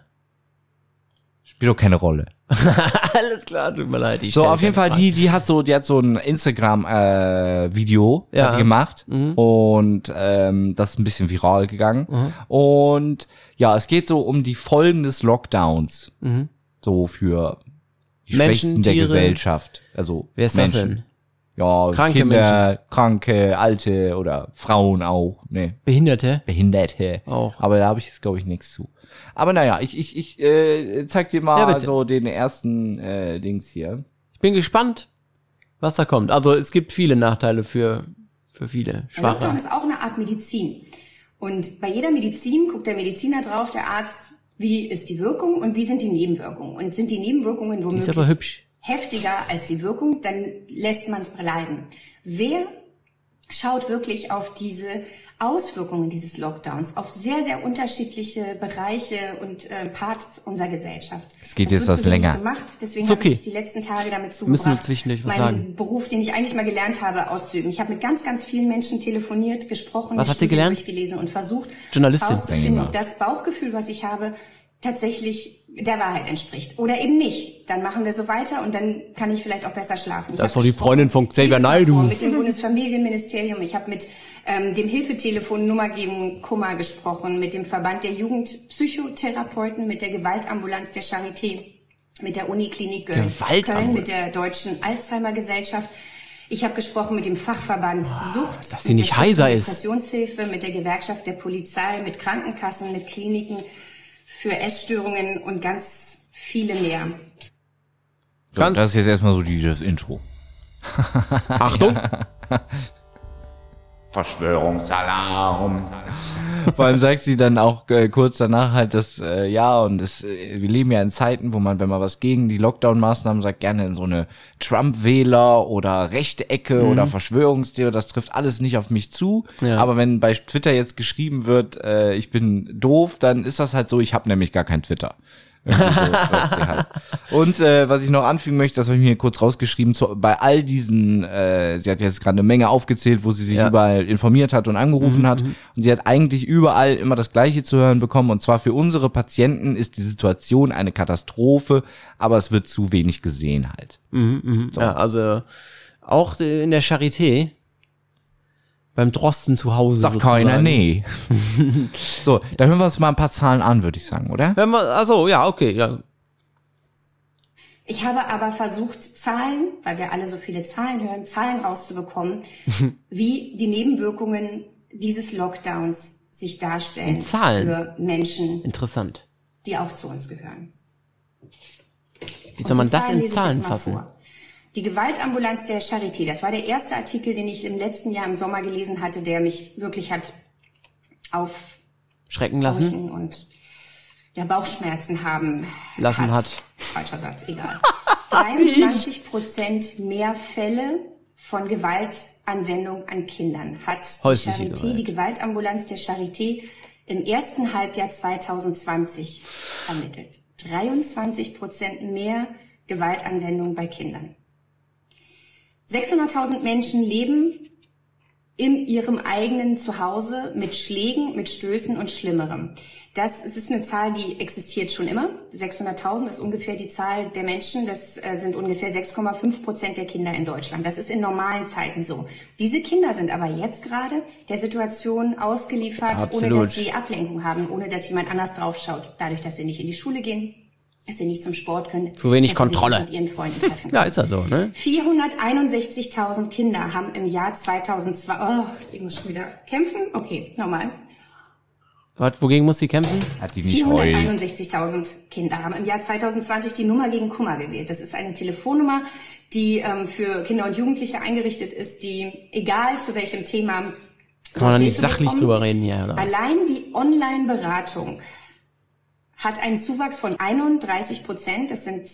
Spielt doch keine Rolle. Alles klar, tut mir leid. Ich So, stell auf jeden keine Fall, Fragen. die, die hat so, die hat so ein Instagram-Video Ja. hat die gemacht und ähm, das ist ein bisschen viral gegangen. Und ja, es geht so um die Folgen des Lockdowns. So für die Menschen, Schwächsten der Tiere. Gesellschaft. Also Wer ist Menschen. das denn? Ja, Kranke Kinder, Kranke, Alte oder Frauen auch. Nee, Behinderte? Behinderte. Auch. Aber da habe ich jetzt, glaube ich, nichts zu. Aber naja, ich, ich, ich äh, zeig dir mal Ja, bitte. so den ersten äh, Dings hier. Ich bin gespannt, was da kommt. Also es gibt viele Nachteile für, für viele Der Schwache. Lockdown ist auch eine Art Medizin. Und bei jeder Medizin guckt der Mediziner drauf, der Arzt, wie ist die Wirkung und wie sind die Nebenwirkungen. Und sind die Nebenwirkungen Die ist womöglich aber hübsch. heftiger als die Wirkung, dann lässt man es bleiben. Wer schaut wirklich auf diese Auswirkungen dieses Lockdowns, auf sehr, sehr unterschiedliche Bereiche und äh, Parts unserer Gesellschaft? Es geht Das jetzt wird was zu wenig länger. Gemacht. Deswegen Ist okay. habe ich die letzten Tage damit Müssen wir zugebracht, zwischendurch was meinen sagen? Beruf, den ich eigentlich mal gelernt habe, auszuüben. Ich habe mit ganz, ganz vielen Menschen telefoniert, gesprochen, Was mir hat sie Studien gelernt? durchgelesen und versucht, Journalistin. herauszufinden, Denke ob das Bauchgefühl, was ich habe, tatsächlich der Wahrheit entspricht. Oder eben nicht. Dann machen wir so weiter und dann kann ich vielleicht auch besser schlafen. Ich Das ist hab doch die gesprochen Freundin von Xavier mit Naidoo. Mit dem Bundesfamilienministerium. Ich habe mit ähm, dem Hilfetelefon Nummer gegen Kummer gesprochen, mit dem Verband der Jugendpsychotherapeuten, mit der Gewaltambulanz der Charité, mit der Uniklinik Köln, Gewaltambulanz. Köln, mit der Deutschen Alzheimer-Gesellschaft. Ich habe gesprochen mit dem Fachverband Sucht, dass sie mit nicht der heiser ist. Depressionshilfe, mit der Gewerkschaft der Polizei, mit Krankenkassen, mit Kliniken für Essstörungen und ganz viele mehr. So, Ganz- das ist jetzt erstmal so dieses Intro. Achtung! Verschwörungsalarm. Vor allem sagt sie dann auch äh, kurz danach halt, dass, äh, ja, und das, äh, wir leben ja in Zeiten, wo man, wenn man was gegen die Lockdown-Maßnahmen sagt, gerne in so eine Trump-Wähler oder rechte Ecke Mhm. oder Verschwörungstheorie, das trifft alles nicht auf mich zu. Ja. Aber wenn bei Twitter jetzt geschrieben wird, äh, ich bin doof, dann ist das halt so, ich habe nämlich gar kein Twitter. Irgendwie so, sagt sie halt. Und äh, was ich noch anfügen möchte, das habe ich mir kurz rausgeschrieben, zu, bei all diesen, äh, sie hat jetzt gerade eine Menge aufgezählt, wo sie sich Ja. überall informiert hat und angerufen Mhm, hat. Und sie hat eigentlich überall immer das Gleiche zu hören bekommen. Und zwar für unsere Patienten ist die Situation eine Katastrophe, aber es wird zu wenig gesehen halt. Ja, also auch in der Charité, beim Drosten zu Hause Sagt sozusagen. keiner, nee. So, dann hören wir uns mal ein paar Zahlen an, würde ich sagen, oder? Wenn wir, also ja, okay, ja. Ich habe aber versucht, Zahlen, weil wir alle so viele Zahlen hören, Zahlen rauszubekommen, wie die Nebenwirkungen dieses Lockdowns sich darstellen In Zahlen? für Menschen, Interessant. die auch zu uns gehören. Wie soll man Und die das in lese ich Zahlen jetzt mal fassen? vor. Die Gewaltambulanz der Charité, das war der erste Artikel, den ich im letzten Jahr im Sommer gelesen hatte, der mich wirklich hat Schrecken lassen? aufhorchen und ja, Bauchschmerzen haben Lassen hat. Falscher Satz, egal. dreiundzwanzig Prozent mehr Fälle von Gewaltanwendung an Kindern hat die Häusliche Charité, Gewalt. die Gewaltambulanz der Charité im ersten Halbjahr zwanzig zwanzig ermittelt. dreiundzwanzig Prozent mehr Gewaltanwendung bei Kindern. sechshunderttausend Menschen leben in ihrem eigenen Zuhause mit Schlägen, mit Stößen und Schlimmerem. Das ist eine Zahl, die existiert schon immer. sechshunderttausend ist ungefähr die Zahl der Menschen. Das äh, sind ungefähr sechs Komma fünf Prozent der Kinder in Deutschland. Das ist in normalen Zeiten so. Diese Kinder sind aber jetzt gerade der Situation ausgeliefert, Absolut. ohne dass sie Ablenkung haben, ohne dass jemand anders draufschaut. Dadurch, dass sie nicht in die Schule gehen, dass sie nicht zum Sport können. Zu wenig dass Kontrolle. Sie sich mit ihren Freunden treffen Ja, können. ist ja so, ne? vierhunderteinundsechzigtausend Kinder haben im Jahr zweitausendzwei, oh, ich muss schon wieder kämpfen. Okay, nochmal. Was, wogegen muss sie kämpfen? Hat die nicht heulen. vierhunderteinundsechzigtausend Kinder haben im Jahr zweitausendzwanzig die Nummer gegen Kummer gewählt. Das ist eine Telefonnummer, die ähm, für Kinder und Jugendliche eingerichtet ist, die, egal zu welchem Thema, Kann man da nicht Hilfe sachlich bekommen. drüber reden hier, oder was? Allein die Online-Beratung hat einen Zuwachs von einunddreißig Prozent. Das sind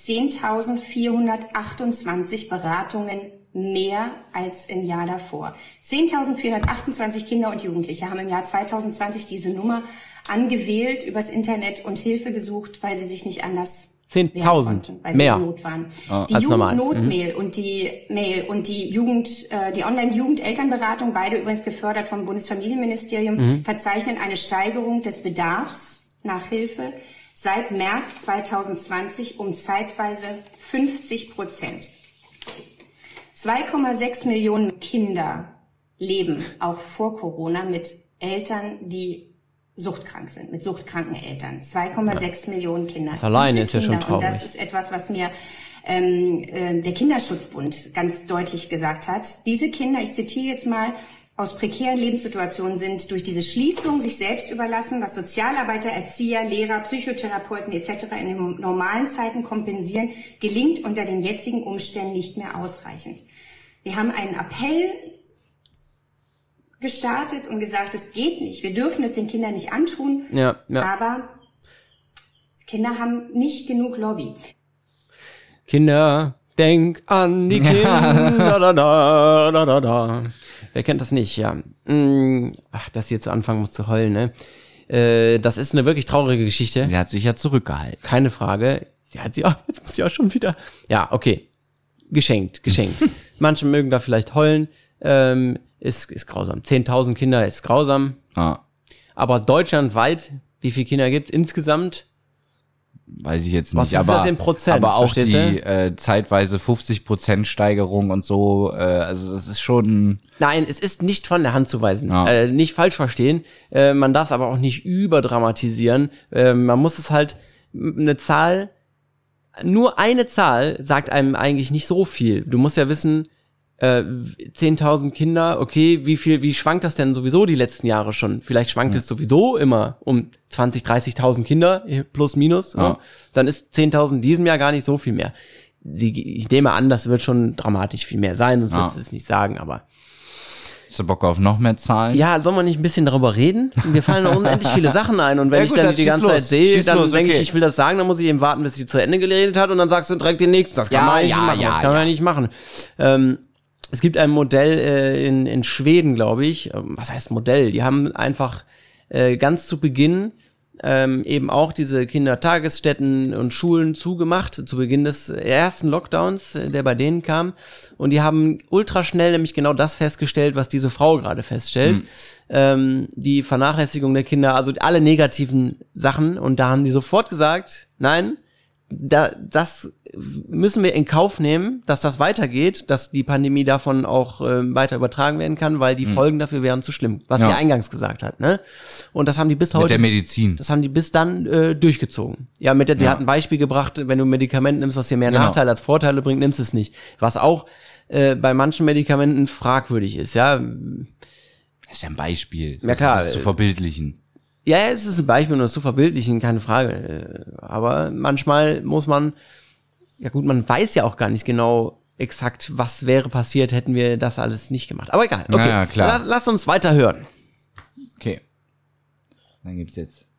zehntausendvierhundertachtundzwanzig Beratungen mehr als im Jahr davor. zehntausendvierhundertachtundzwanzig Kinder und Jugendliche haben im Jahr zweitausendzwanzig diese Nummer angewählt, übers Internet und Hilfe gesucht, weil sie sich nicht anders zehntausend wehren konnten, weil mehr. sie in Not waren. Ah, die als normal. Jugendnotmail und die Mail und die Jugend, äh, die Online-Jugendelternberatung, beide übrigens gefördert vom Bundesfamilienministerium, Mhm. verzeichnen eine Steigerung des Bedarfs nach Hilfe seit März zweitausendzwanzig um zeitweise fünfzig Prozent. zwei Komma sechs Millionen Kinder leben auch vor Corona mit Eltern, die suchtkrank sind, mit suchtkranken Eltern. zwei Komma sechs Millionen Kinder. Das alleine Diese ist ja schon Kinder, und das traurig. ist etwas, was mir ähm, äh, der Kinderschutzbund ganz deutlich gesagt hat. Diese Kinder, ich zitiere jetzt mal, aus prekären Lebenssituationen sind durch diese Schließung sich selbst überlassen, was Sozialarbeiter, Erzieher, Lehrer, Psychotherapeuten et cetera in den normalen Zeiten kompensieren, gelingt unter den jetzigen Umständen nicht mehr ausreichend. Wir haben einen Appell gestartet und gesagt, es geht nicht. Wir dürfen es den Kindern nicht antun, Ja, ja. aber Kinder haben nicht genug Lobby. Kinder, denk an die Kinder, da, da, da, da, da. Wer kennt das nicht, ja. Mm, Ach, dass sie jetzt anfangen muss zu heulen, ne? Äh, das ist eine wirklich traurige Geschichte. Der hat sich ja zurückgehalten. Keine Frage. Ja, hat sie auch, jetzt muss sie auch schon wieder. Ja, okay. Geschenkt, geschenkt. Manche mögen da vielleicht heulen. Ähm, ist, ist grausam. zehntausend Kinder ist grausam. Ah, Aber deutschlandweit, wie viele Kinder gibt's insgesamt? weiß ich jetzt nicht. Was ist aber, das in Prozent, Aber auch verstehst die äh, zeitweise fünfzig Prozent Steigerung und so, äh, also das ist schon... Nein, es ist nicht von der Hand zu weisen. Ja. Äh, nicht falsch verstehen. Äh, man darf es aber auch nicht überdramatisieren. Äh, man muss es halt, eine Zahl, nur eine Zahl sagt einem eigentlich nicht so viel. Du musst ja wissen, äh, zehntausend Kinder, okay, wie viel, wie schwankt das denn sowieso die letzten Jahre schon? Vielleicht schwankt es sowieso immer um zwanzig, dreißigtausend Kinder, plus minus. Ja. Ja. Dann ist zehntausend in diesem Jahr gar nicht so viel mehr. Sie, ich nehme an, das wird schon dramatisch viel mehr sein, sonst Ja. würdest du es nicht sagen, aber Hast du Bock auf noch mehr Zahlen? ja, sollen wir nicht ein bisschen darüber reden? Mir fallen noch unendlich viele Sachen ein und wenn Ja, ich gut, dann dann die schieß ganze los. Zeit sehe, Schieß dann los, denke okay. ich, ich will das sagen, dann muss ich eben warten, bis sie zu Ende geredet hat und dann sagst du direkt den nächsten. Das kann Ja, man eigentlich ja, nicht machen. ja, das kann man ja. ja nicht machen. Ähm, es gibt ein Modell äh, in, in Schweden, glaube ich. Ähm, Was heißt Modell? Die haben einfach äh, ganz zu Beginn ähm, eben auch diese Kindertagesstätten und Schulen zugemacht, zu Beginn des ersten Lockdowns, äh, der bei denen kam. Und die haben ultraschnell nämlich genau das festgestellt, was diese Frau gerade feststellt. Mhm. Ähm, die Vernachlässigung der Kinder, also alle negativen Sachen. Und da haben die sofort gesagt, nein, da, das müssen wir in Kauf nehmen, dass das weitergeht, dass die Pandemie davon auch ähm, weiter übertragen werden kann, weil die Folgen dafür wären zu schlimm, was Ja. sie eingangs gesagt hat, ne? Und das haben die bis Mit heute, der Medizin. das haben die bis dann äh, durchgezogen. Ja, mit der, sie Ja. hat ein Beispiel gebracht, wenn du ein Medikament nimmst, was dir mehr Genau. Nachteile als Vorteile bringt, nimmst es nicht. Was auch äh, bei manchen Medikamenten fragwürdig ist, ja. Das ist ja ein Beispiel. Ja, klar. Das ist zu verbildlichen. Ja, ja, es ist ein Beispiel, um das zu verbildlichen, keine Frage. Äh, Aber manchmal muss man, ja gut, man weiß ja auch gar nicht genau exakt, was wäre passiert, hätten wir das alles nicht gemacht. Aber egal, okay. Ja, ja, klar. Lass, lass uns weiter hören. Okay. Dann gibt's jetzt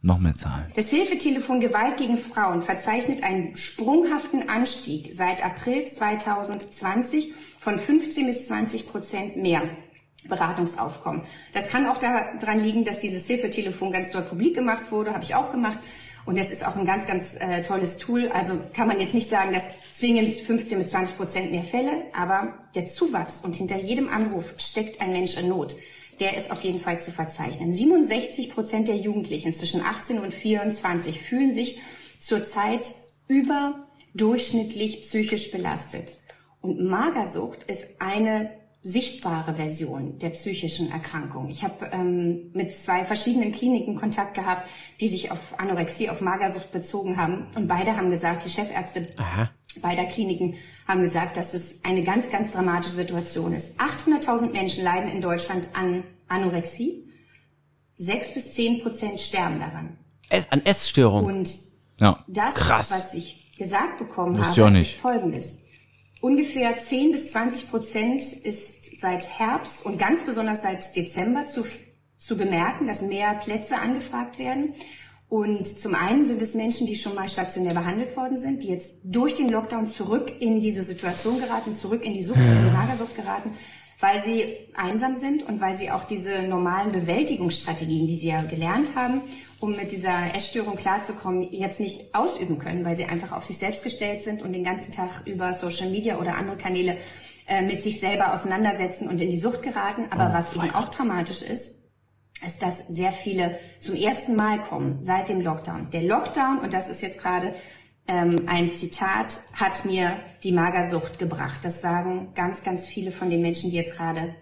Noch mehr Zahlen. Das Hilfetelefon Gewalt gegen Frauen verzeichnet einen sprunghaften Anstieg seit April zwanzig zwanzig von fünfzehn bis zwanzig Prozent mehr Beratungsaufkommen. Das kann auch daran liegen, dass dieses Hilfetelefon ganz doll publik gemacht wurde, habe ich auch gemacht. Und das ist auch ein ganz, ganz äh, tolles Tool. Also kann man jetzt nicht sagen, dass zwingend fünfzehn bis zwanzig Prozent mehr Fälle, aber der Zuwachs und hinter jedem Anruf steckt ein Mensch in Not. Der ist auf jeden Fall zu verzeichnen. siebenundsechzig Prozent der Jugendlichen zwischen achtzehn und vierundzwanzig fühlen sich zurzeit überdurchschnittlich psychisch belastet. Und Magersucht ist eine sichtbare Version der psychischen Erkrankung. Ich habe ähm, mit zwei verschiedenen Kliniken Kontakt gehabt, die sich auf Anorexie, auf Magersucht bezogen haben. Und beide haben gesagt, die Chefärzte Aha. beider Kliniken haben gesagt, dass es eine ganz, ganz dramatische Situation ist. achthunderttausend Menschen leiden in Deutschland an Anorexie. Sechs bis zehn Prozent sterben daran. Es, an Essstörungen. Und ja. das, Krass. was ich gesagt bekommen Wusste habe, ich auch nicht. ist Folgendes. Ungefähr zehn bis zwanzig Prozent ist seit Herbst und ganz besonders seit Dezember zu, zu bemerken, dass mehr Plätze angefragt werden. Und zum einen sind es Menschen, die schon mal stationär behandelt worden sind, die jetzt durch den Lockdown zurück in diese Situation geraten, zurück in die Sucht, in die Magersucht geraten, weil sie einsam sind und weil sie auch diese normalen Bewältigungsstrategien, die sie ja gelernt haben, um mit dieser Essstörung klarzukommen, jetzt nicht ausüben können, weil sie einfach auf sich selbst gestellt sind und den ganzen Tag über Social Media oder andere Kanäle äh, mit sich selber auseinandersetzen und in die Sucht geraten. Aber oh, was eben auch dramatisch ist, ist, dass sehr viele zum ersten Mal kommen seit dem Lockdown. Der Lockdown, und das ist jetzt gerade ähm, ein Zitat, hat mir die Magersucht gebracht. Das sagen ganz, ganz viele von den Menschen, die jetzt gerade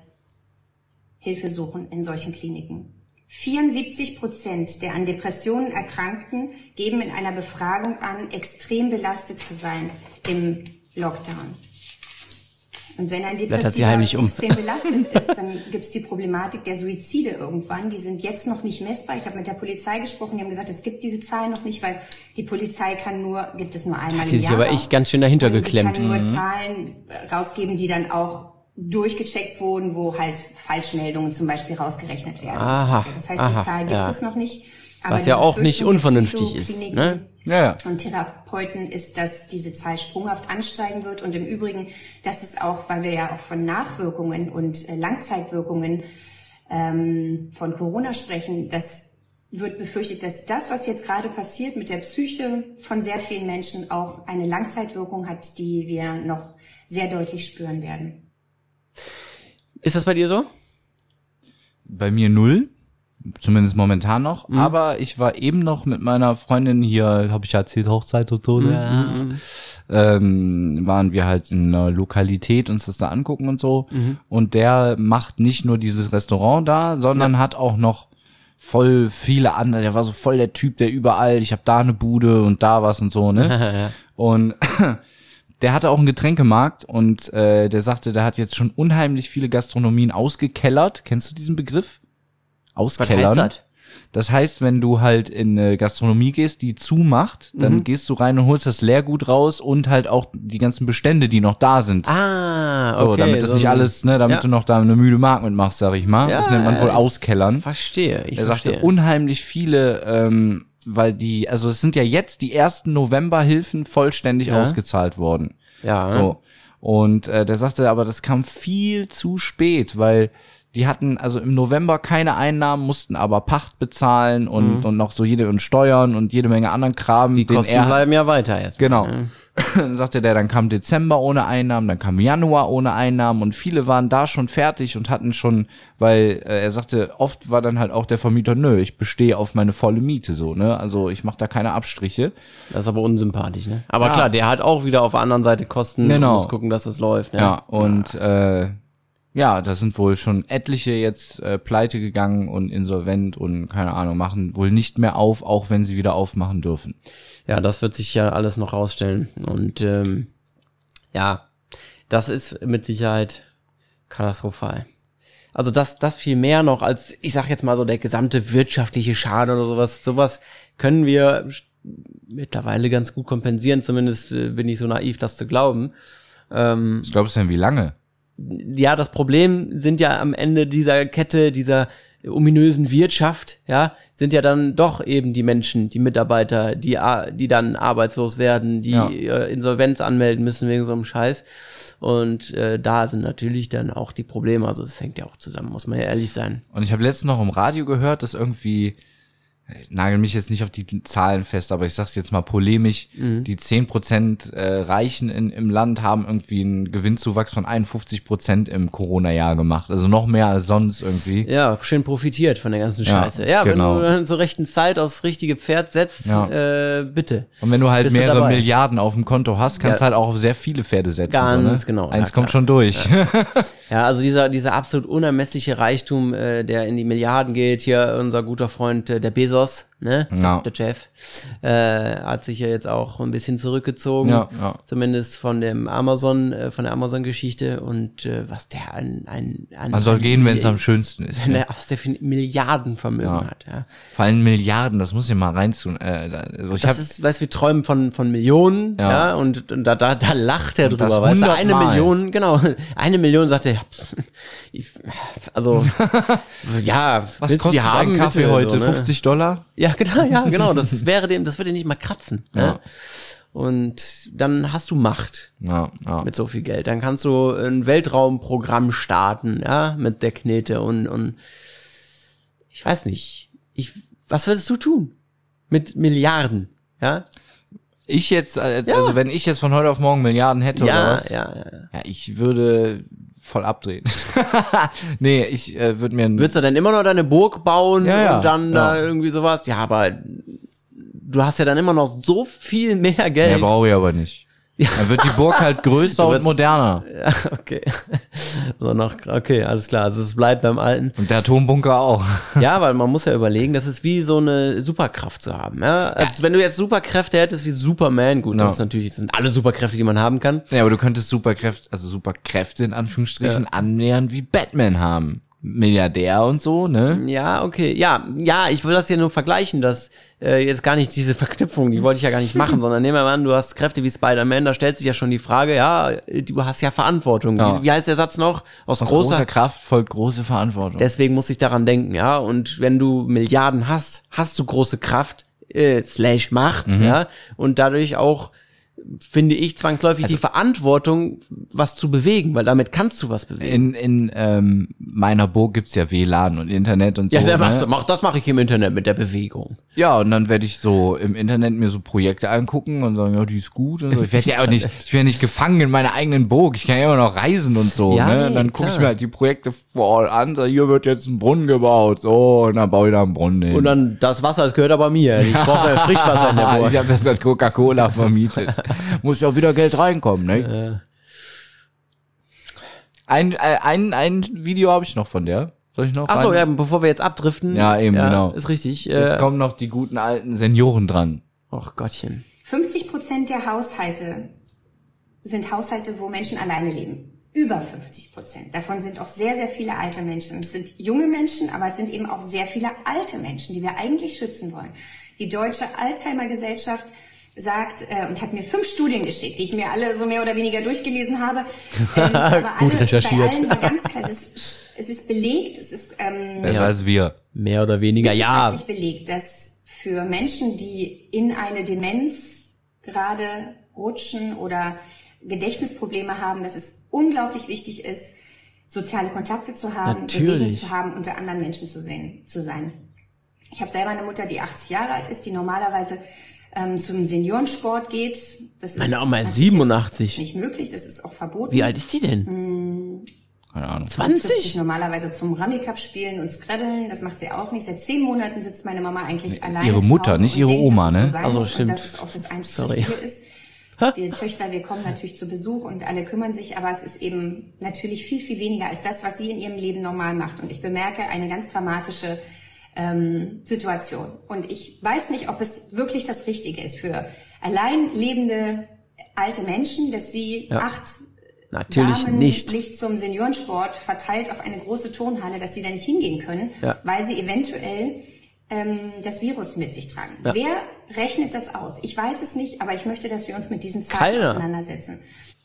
Hilfe suchen in solchen Kliniken. vierundsiebzig Prozent der an Depressionen Erkrankten geben in einer Befragung an, extrem belastet zu sein im Lockdown. Und wenn ein Depressiver um. extrem belastet ist, dann gibt es die Problematik der Suizide irgendwann. Die sind jetzt noch nicht messbar. Ich habe mit der Polizei gesprochen, die haben gesagt, es gibt diese Zahlen noch nicht, weil die Polizei kann nur, gibt es nur einmal im Die Jahr. sich aber raus. echt ganz schön dahinter Und geklemmt. Die kann nur Mhm. Zahlen rausgeben, die dann auch durchgecheckt wurden, wo halt Falschmeldungen zum Beispiel rausgerechnet werden. Aha, und so weiter. Das heißt, aha, die Zahl gibt ja. es noch nicht. Aber Was die ja auch nicht Befürchtung der unvernünftig ist, Psychokliniken ne? Ja, ja. und Therapeuten ist, dass diese Zahl sprunghaft ansteigen wird. Und im Übrigen, das ist auch, weil wir ja auch von Nachwirkungen und äh, Langzeitwirkungen ähm, von Corona sprechen, das wird befürchtet, dass das, was jetzt gerade passiert mit der Psyche von sehr vielen Menschen, auch eine Langzeitwirkung hat, die wir noch sehr deutlich spüren werden. Ist das bei dir so? Bei mir null. Zumindest momentan noch. Mhm. Aber ich war eben noch mit meiner Freundin hier, habe ich ja erzählt, Hochzeit und so. Mhm. Ja. Ähm, waren wir halt in einer Lokalität uns das da angucken und so. Mhm. Und der macht nicht nur dieses Restaurant da, sondern ja. hat auch noch voll viele andere. Der war so voll der Typ, der überall, ich habe da eine Bude und da was und so, ne? Ja. Und der hatte auch einen Getränkemarkt und äh, der sagte, der hat jetzt schon unheimlich viele Gastronomien ausgekellert. Kennst du diesen Begriff? Auskellern. Was heißt das? Das heißt, wenn du halt in eine Gastronomie gehst, die zumacht, dann mhm. gehst du rein und holst das Leergut raus und halt auch die ganzen Bestände, die noch da sind. Ah, okay. So, damit das so nicht alles, ne, damit ja. du noch da eine müde Mark mitmachst, sag ich mal. Ja, das nennt man wohl Auskellern. Verstehe, ich Er verstehe. sagte unheimlich viele, ähm, weil die, also es sind ja jetzt die ersten Novemberhilfen vollständig ja. ausgezahlt worden. Ja. So. Und äh, der sagte aber, das kam viel zu spät, weil die hatten also im November keine Einnahmen, mussten aber Pacht bezahlen und, mhm. und noch so jede und Steuern und jede Menge anderen Kram. Die Kosten er, bleiben ja weiter erst. Genau. Ja. Dann sagte der, dann kam Dezember ohne Einnahmen, dann kam Januar ohne Einnahmen und viele waren da schon fertig und hatten schon, weil äh, er sagte, oft war dann halt auch der Vermieter, nö, ich bestehe auf meine volle Miete so, ne? Also ich mache da keine Abstriche. Das ist aber unsympathisch, ne? Aber ja. klar, der hat auch wieder auf der anderen Seite Kosten genau. und muss gucken, dass es läuft. Ne? Ja, und äh, ja, da sind wohl schon etliche jetzt äh, pleite gegangen und insolvent und keine Ahnung, machen wohl nicht mehr auf, auch wenn sie wieder aufmachen dürfen. Ja, das wird sich ja alles noch rausstellen. Und ähm, ja, das ist mit Sicherheit katastrophal. Also das, das viel mehr noch als, ich sag jetzt mal so, der gesamte wirtschaftliche Schaden oder sowas. Sowas können wir mittlerweile ganz gut kompensieren. Zumindest äh, bin ich so naiv, das zu glauben. Ähm, Was glaubst du denn, wie lange? Ja, das Problem sind ja am Ende dieser Kette, dieser ominösen Wirtschaft, ja, sind ja dann doch eben die Menschen, die Mitarbeiter, die, die dann arbeitslos werden, die ja. äh, Insolvenz anmelden müssen wegen so einem Scheiß. Und äh, da sind natürlich dann auch die Probleme. Also es hängt ja auch zusammen, muss man ja ehrlich sein. Und ich habe letztens noch im Radio gehört, dass irgendwie, ich nagel mich jetzt nicht auf die Zahlen fest, aber ich sag's jetzt mal polemisch, mhm. die zehn Prozent äh, Reichen in, im Land haben irgendwie einen Gewinnzuwachs von einundfünfzig Prozent im Corona-Jahr gemacht. Also noch mehr als sonst irgendwie. Ja, schön profitiert von der ganzen Scheiße. Ja, ja genau. Wenn du dann zur rechten Zeit aufs richtige Pferd setzt, ja. äh, bitte. Und wenn du halt mehrere Milliarden auf dem Konto hast, kannst du ja. halt auch auf sehr viele Pferde setzen. Ganz so, ne? genau. Eins ja, kommt schon durch. Ja, ja also dieser, dieser absolut unermessliche Reichtum, äh, der in die Milliarden geht, hier unser guter Freund, äh, der Bezos, ne, ja. der Jeff, äh, hat sich ja jetzt auch ein bisschen zurückgezogen, ja, ja. zumindest von dem Amazon, äh, von der Amazon-Geschichte und äh, was der an, ein, an man soll an gehen, wenn es am schönsten ist. Ne, was der für Milliardenvermögen ja. hat, ja. Vor allem Milliarden, das muss ich mal reintun. Äh, also ich das hab, ist, weißt du, wir träumen von von Millionen, ja, ja und, und da, da da lacht er drüber, weißt du, eine Mal. Million, genau, eine Million sagt er, ja, ich, also ja, was kostet die haben, ein Kaffee bitte, heute? So, ne? fünfzig Dollar? Ja, genau, ja, genau. Das wäre dem, das würde nicht mal kratzen. Ja. Ne? Und dann hast du Macht ja, ja. mit so viel Geld. Dann kannst du ein Weltraumprogramm starten, ja, mit der Knete und, und ich weiß nicht. Ich, was würdest du tun? Mit Milliarden, ja? Ich jetzt, also ja. wenn ich jetzt von heute auf morgen Milliarden hätte ja, oder was? Ja, ja, ja. Ja, ich würde voll abdrehen. nee, ich äh, würde mir... Würdest du dann immer noch deine Burg bauen ja, ja, und dann ja. da irgendwie sowas? Ja, aber du hast ja dann immer noch so viel mehr Geld. Ja, brauche ich aber nicht. Ja. Dann wird die Burg halt größer und moderner. Ja, okay. So noch, okay, alles klar. Also es bleibt beim Alten. Und der Atombunker auch. Ja, weil man muss ja überlegen, das ist wie so eine Superkraft zu haben. Ja? Also ja. wenn du jetzt Superkräfte hättest wie Superman, gut, no. das ist natürlich, das sind alle Superkräfte, die man haben kann. Ja, aber du könntest Superkräfte, also Superkräfte in Anführungsstrichen, ja. annähernd wie Batman haben. Milliardär und so, ne? Ja, okay. Ja, ja, ich will das ja nur vergleichen, dass äh, jetzt gar nicht diese Verknüpfung, die wollte ich ja gar nicht machen, sondern nehmen wir mal an, du hast Kräfte wie Spider-Man, da stellt sich ja schon die Frage, ja, du hast ja Verantwortung. Ja. Wie, wie heißt der Satz noch? Aus, Aus großer, großer Kraft folgt große Verantwortung. Deswegen muss ich daran denken, ja. Und wenn du Milliarden hast, hast du große Kraft, äh, slash Macht, mhm. ja. Und dadurch auch finde ich zwangsläufig also, die Verantwortung, was zu bewegen, weil damit kannst du was bewegen. In, in ähm, meiner Burg gibt's ja W L A N und Internet und so. Ja, ne? du, mach, das mache ich im Internet mit der Bewegung. Ja, und dann werde ich so im Internet mir so Projekte angucken und sagen, ja, die ist gut und so. Ich werde ja auch nicht, ich bin ja nicht gefangen in meiner eigenen Burg. Ich kann ja immer noch reisen und so. Ja, ne? Nee, dann gucke ich mir halt die Projekte vor Ort an, sag, hier wird jetzt ein Brunnen gebaut. So, und dann baue ich da einen Brunnen hin. Und dann, das Wasser, das gehört aber mir. Ich brauche ja Frischwasser in der Burg. Ich habe das an Coca-Cola vermietet. Muss ja auch wieder Geld reinkommen, ne? Ja. Ein, ein, ein Video habe ich noch von der. Soll ich noch? Ach so, ja, bevor wir jetzt abdriften. Ja, eben, ja, genau. Ist richtig. Jetzt äh, kommen noch die guten alten Senioren dran. Och Gottchen. fünfzig Prozent der Haushalte sind Haushalte, wo Menschen alleine leben. Über fünfzig Prozent. Davon sind auch sehr, sehr viele alte Menschen. Es sind junge Menschen, aber es sind eben auch sehr viele alte Menschen, die wir eigentlich schützen wollen. Die Deutsche Alzheimer-Gesellschaft sagt äh, und hat mir fünf Studien geschickt, die ich mir alle so mehr oder weniger durchgelesen habe. Ähm, aber Gut alle, recherchiert. Bei allen war ganz klar, es ist, es ist belegt, es ist ähm, besser ja. als wir. Mehr oder weniger, ja. Es ist belegt, dass für Menschen, die in eine Demenz gerade rutschen oder Gedächtnisprobleme haben, dass es unglaublich wichtig ist, soziale Kontakte zu haben, Natürlich. Bewegung zu haben, unter anderen Menschen zu, sehen, zu sein. Ich habe selber eine Mutter, die achtzig Jahre alt ist, die normalerweise ähm, zum Seniorensport geht. Das ist meine Oma ist siebenundachtzig. Nicht möglich, das ist auch verboten. Wie alt ist die denn? Hm, Keine Ahnung. zwanzig? Sich normalerweise zum Rummy-Cup spielen und Scrabbeln, das macht sie auch nicht. Seit zehn Monaten sitzt meine Mama eigentlich ihre alleine Ihre Mutter, nicht ihre denkt, Oma, ne? So also stimmt. Und das ist auch das einzige Sorry. Richtige ist. Wir Töchter, wir kommen natürlich zu Besuch und alle kümmern sich, aber es ist eben natürlich viel, viel weniger als das, was sie in ihrem Leben normal macht. Und ich bemerke eine ganz dramatische ähm, Situation. Und ich weiß nicht, ob es wirklich das Richtige ist für allein lebende alte Menschen, dass sie ja. acht Natürlich Damen nicht. nicht zum Seniorensport verteilt auf eine große Turnhalle, dass sie da nicht hingehen können, ja. weil sie eventuell ähm, das Virus mit sich tragen. Ja. Wer rechnet das aus? Ich weiß es nicht, aber ich möchte, dass wir uns mit diesen Zahlen Keiner. auseinandersetzen.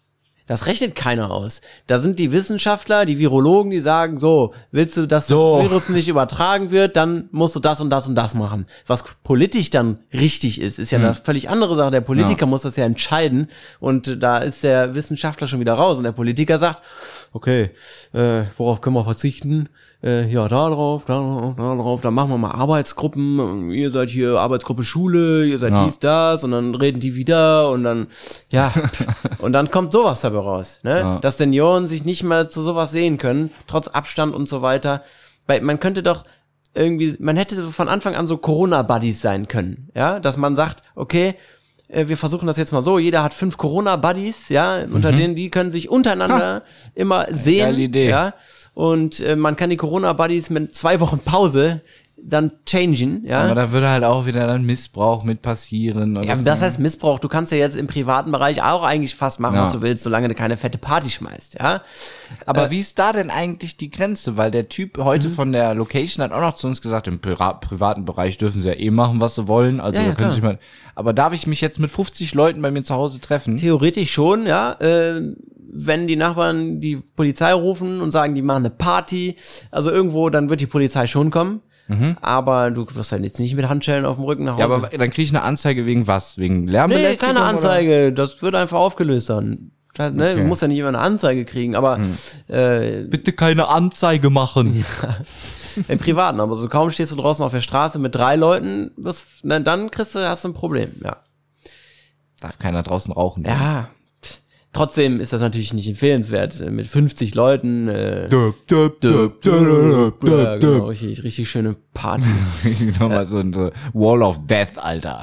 Das rechnet keiner aus. Da sind die Wissenschaftler, die Virologen, die sagen, so, willst du, dass So. das Virus nicht übertragen wird, dann musst du das und das und das machen. Was politisch dann richtig ist, ist ja eine völlig andere Sache. Der Politiker Ja. muss das ja entscheiden und da ist der Wissenschaftler schon wieder raus und der Politiker sagt, okay, äh, worauf können wir verzichten? Äh, ja, da drauf, da drauf, da drauf, dann machen wir mal Arbeitsgruppen, ihr seid hier Arbeitsgruppe Schule, ihr seid Ja. dies, das und dann reden die wieder und dann, ja, und dann kommt sowas dabei raus, ne? Ja. Dass Senioren sich nicht mehr zu sowas sehen können, trotz Abstand und so weiter. Weil man könnte doch irgendwie, man hätte von Anfang an so Corona-Buddies sein können, ja? Dass man sagt, okay, äh, wir versuchen das jetzt mal so, jeder hat fünf Corona-Buddies, ja, unter denen, die können sich untereinander immer sehen, geile Idee. ja, und äh, man kann die Corona-Buddies mit zwei Wochen Pause dann changen, ja. Aber da würde halt auch wieder dann Missbrauch mit passieren. Und Ja, das heißt Missbrauch. Du kannst ja jetzt im privaten Bereich auch eigentlich fast machen, Ja. was du willst, solange du keine fette Party schmeißt, ja. Aber wie ist da denn eigentlich die Grenze? Weil der Typ heute von der Location hat auch noch zu uns gesagt, im Pri privaten Bereich dürfen sie ja eh machen, was sie wollen. Also Ja, ja, da können klar. sich mal. Aber darf ich mich jetzt mit fünfzig Leuten bei mir zu Hause treffen? Theoretisch schon, ja. Äh, wenn die Nachbarn die Polizei rufen und sagen, die machen eine Party, also irgendwo, dann wird die Polizei schon kommen. Aber du wirst halt jetzt nicht mit Handschellen auf dem Rücken nach Hause. Ja, aber dann kriege ich eine Anzeige wegen was? Wegen nee, Lärmbelästigung? keine oder? Anzeige. Das wird einfach aufgelöst dann. Das, ne? Okay. Du musst ja nicht immer eine Anzeige kriegen, aber äh, Bitte keine Anzeige machen. im Privaten. Aber so kaum stehst du draußen auf der Straße mit drei Leuten, wirst, na, dann kriegst du, hast du ein Problem, ja. Darf keiner draußen rauchen. Ja. Trotzdem ist das natürlich nicht empfehlenswert. Mit fünfzig Leuten, äh, Döp, döp, döp, döp, ja, döp, genau, döp. richtig, richtig schöne Party. Nochmal so ein so Wall of Death, Alter.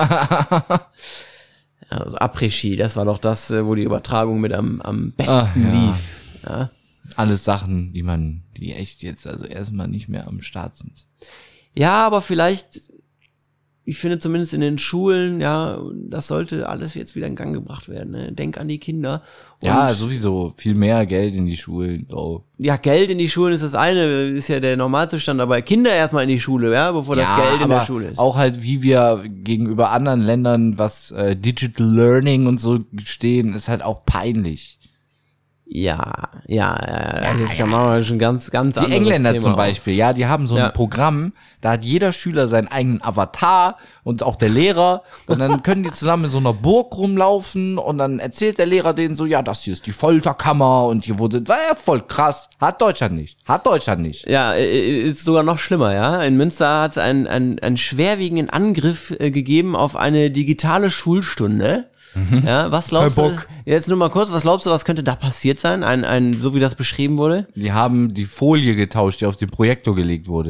Also Après-Ski, das war doch das, äh, wo die Übertragung mit am, am besten Ach, ja. lief. Ja. Alles Sachen, die man, die echt jetzt also erstmal nicht mehr am Start sind. ja, aber vielleicht, ich finde zumindest in den Schulen, ja, das sollte alles jetzt wieder in Gang gebracht werden. Ne? Denk an die Kinder. Und Ja, sowieso viel mehr Geld in die Schulen. Oh. ja, Geld in die Schulen ist das eine, ist ja der Normalzustand, aber Kinder erstmal in die Schule, ja, bevor das Geld in der aber Schule ist. Auch halt, wie wir gegenüber anderen Ländern, was äh, Digital Learning und so stehen, ist halt auch peinlich. Ja, ja, ja, ja, jetzt kann man schon ganz, ganz Die anderes Engländer Thema zum auf. Beispiel, ja, die haben so Ja. ein Programm, da hat jeder Schüler seinen eigenen Avatar und auch der Lehrer und dann können die zusammen in so einer Burg rumlaufen und dann erzählt der Lehrer denen so, ja, das hier ist die Folterkammer und hier wurde, war ja voll krass, hat Deutschland nicht, hat Deutschland nicht. Ja, äh, ist sogar noch schlimmer, ja. In Münster hat es einen, einen, einen schwerwiegenden Angriff äh, gegeben auf eine digitale Schulstunde. Ja, was glaubst Kein du? Bock. Jetzt nur mal kurz, was glaubst du, was könnte da passiert sein? Ein, ein, so wie das beschrieben wurde? Die haben die Folie getauscht, die auf den Projektor gelegt wurde.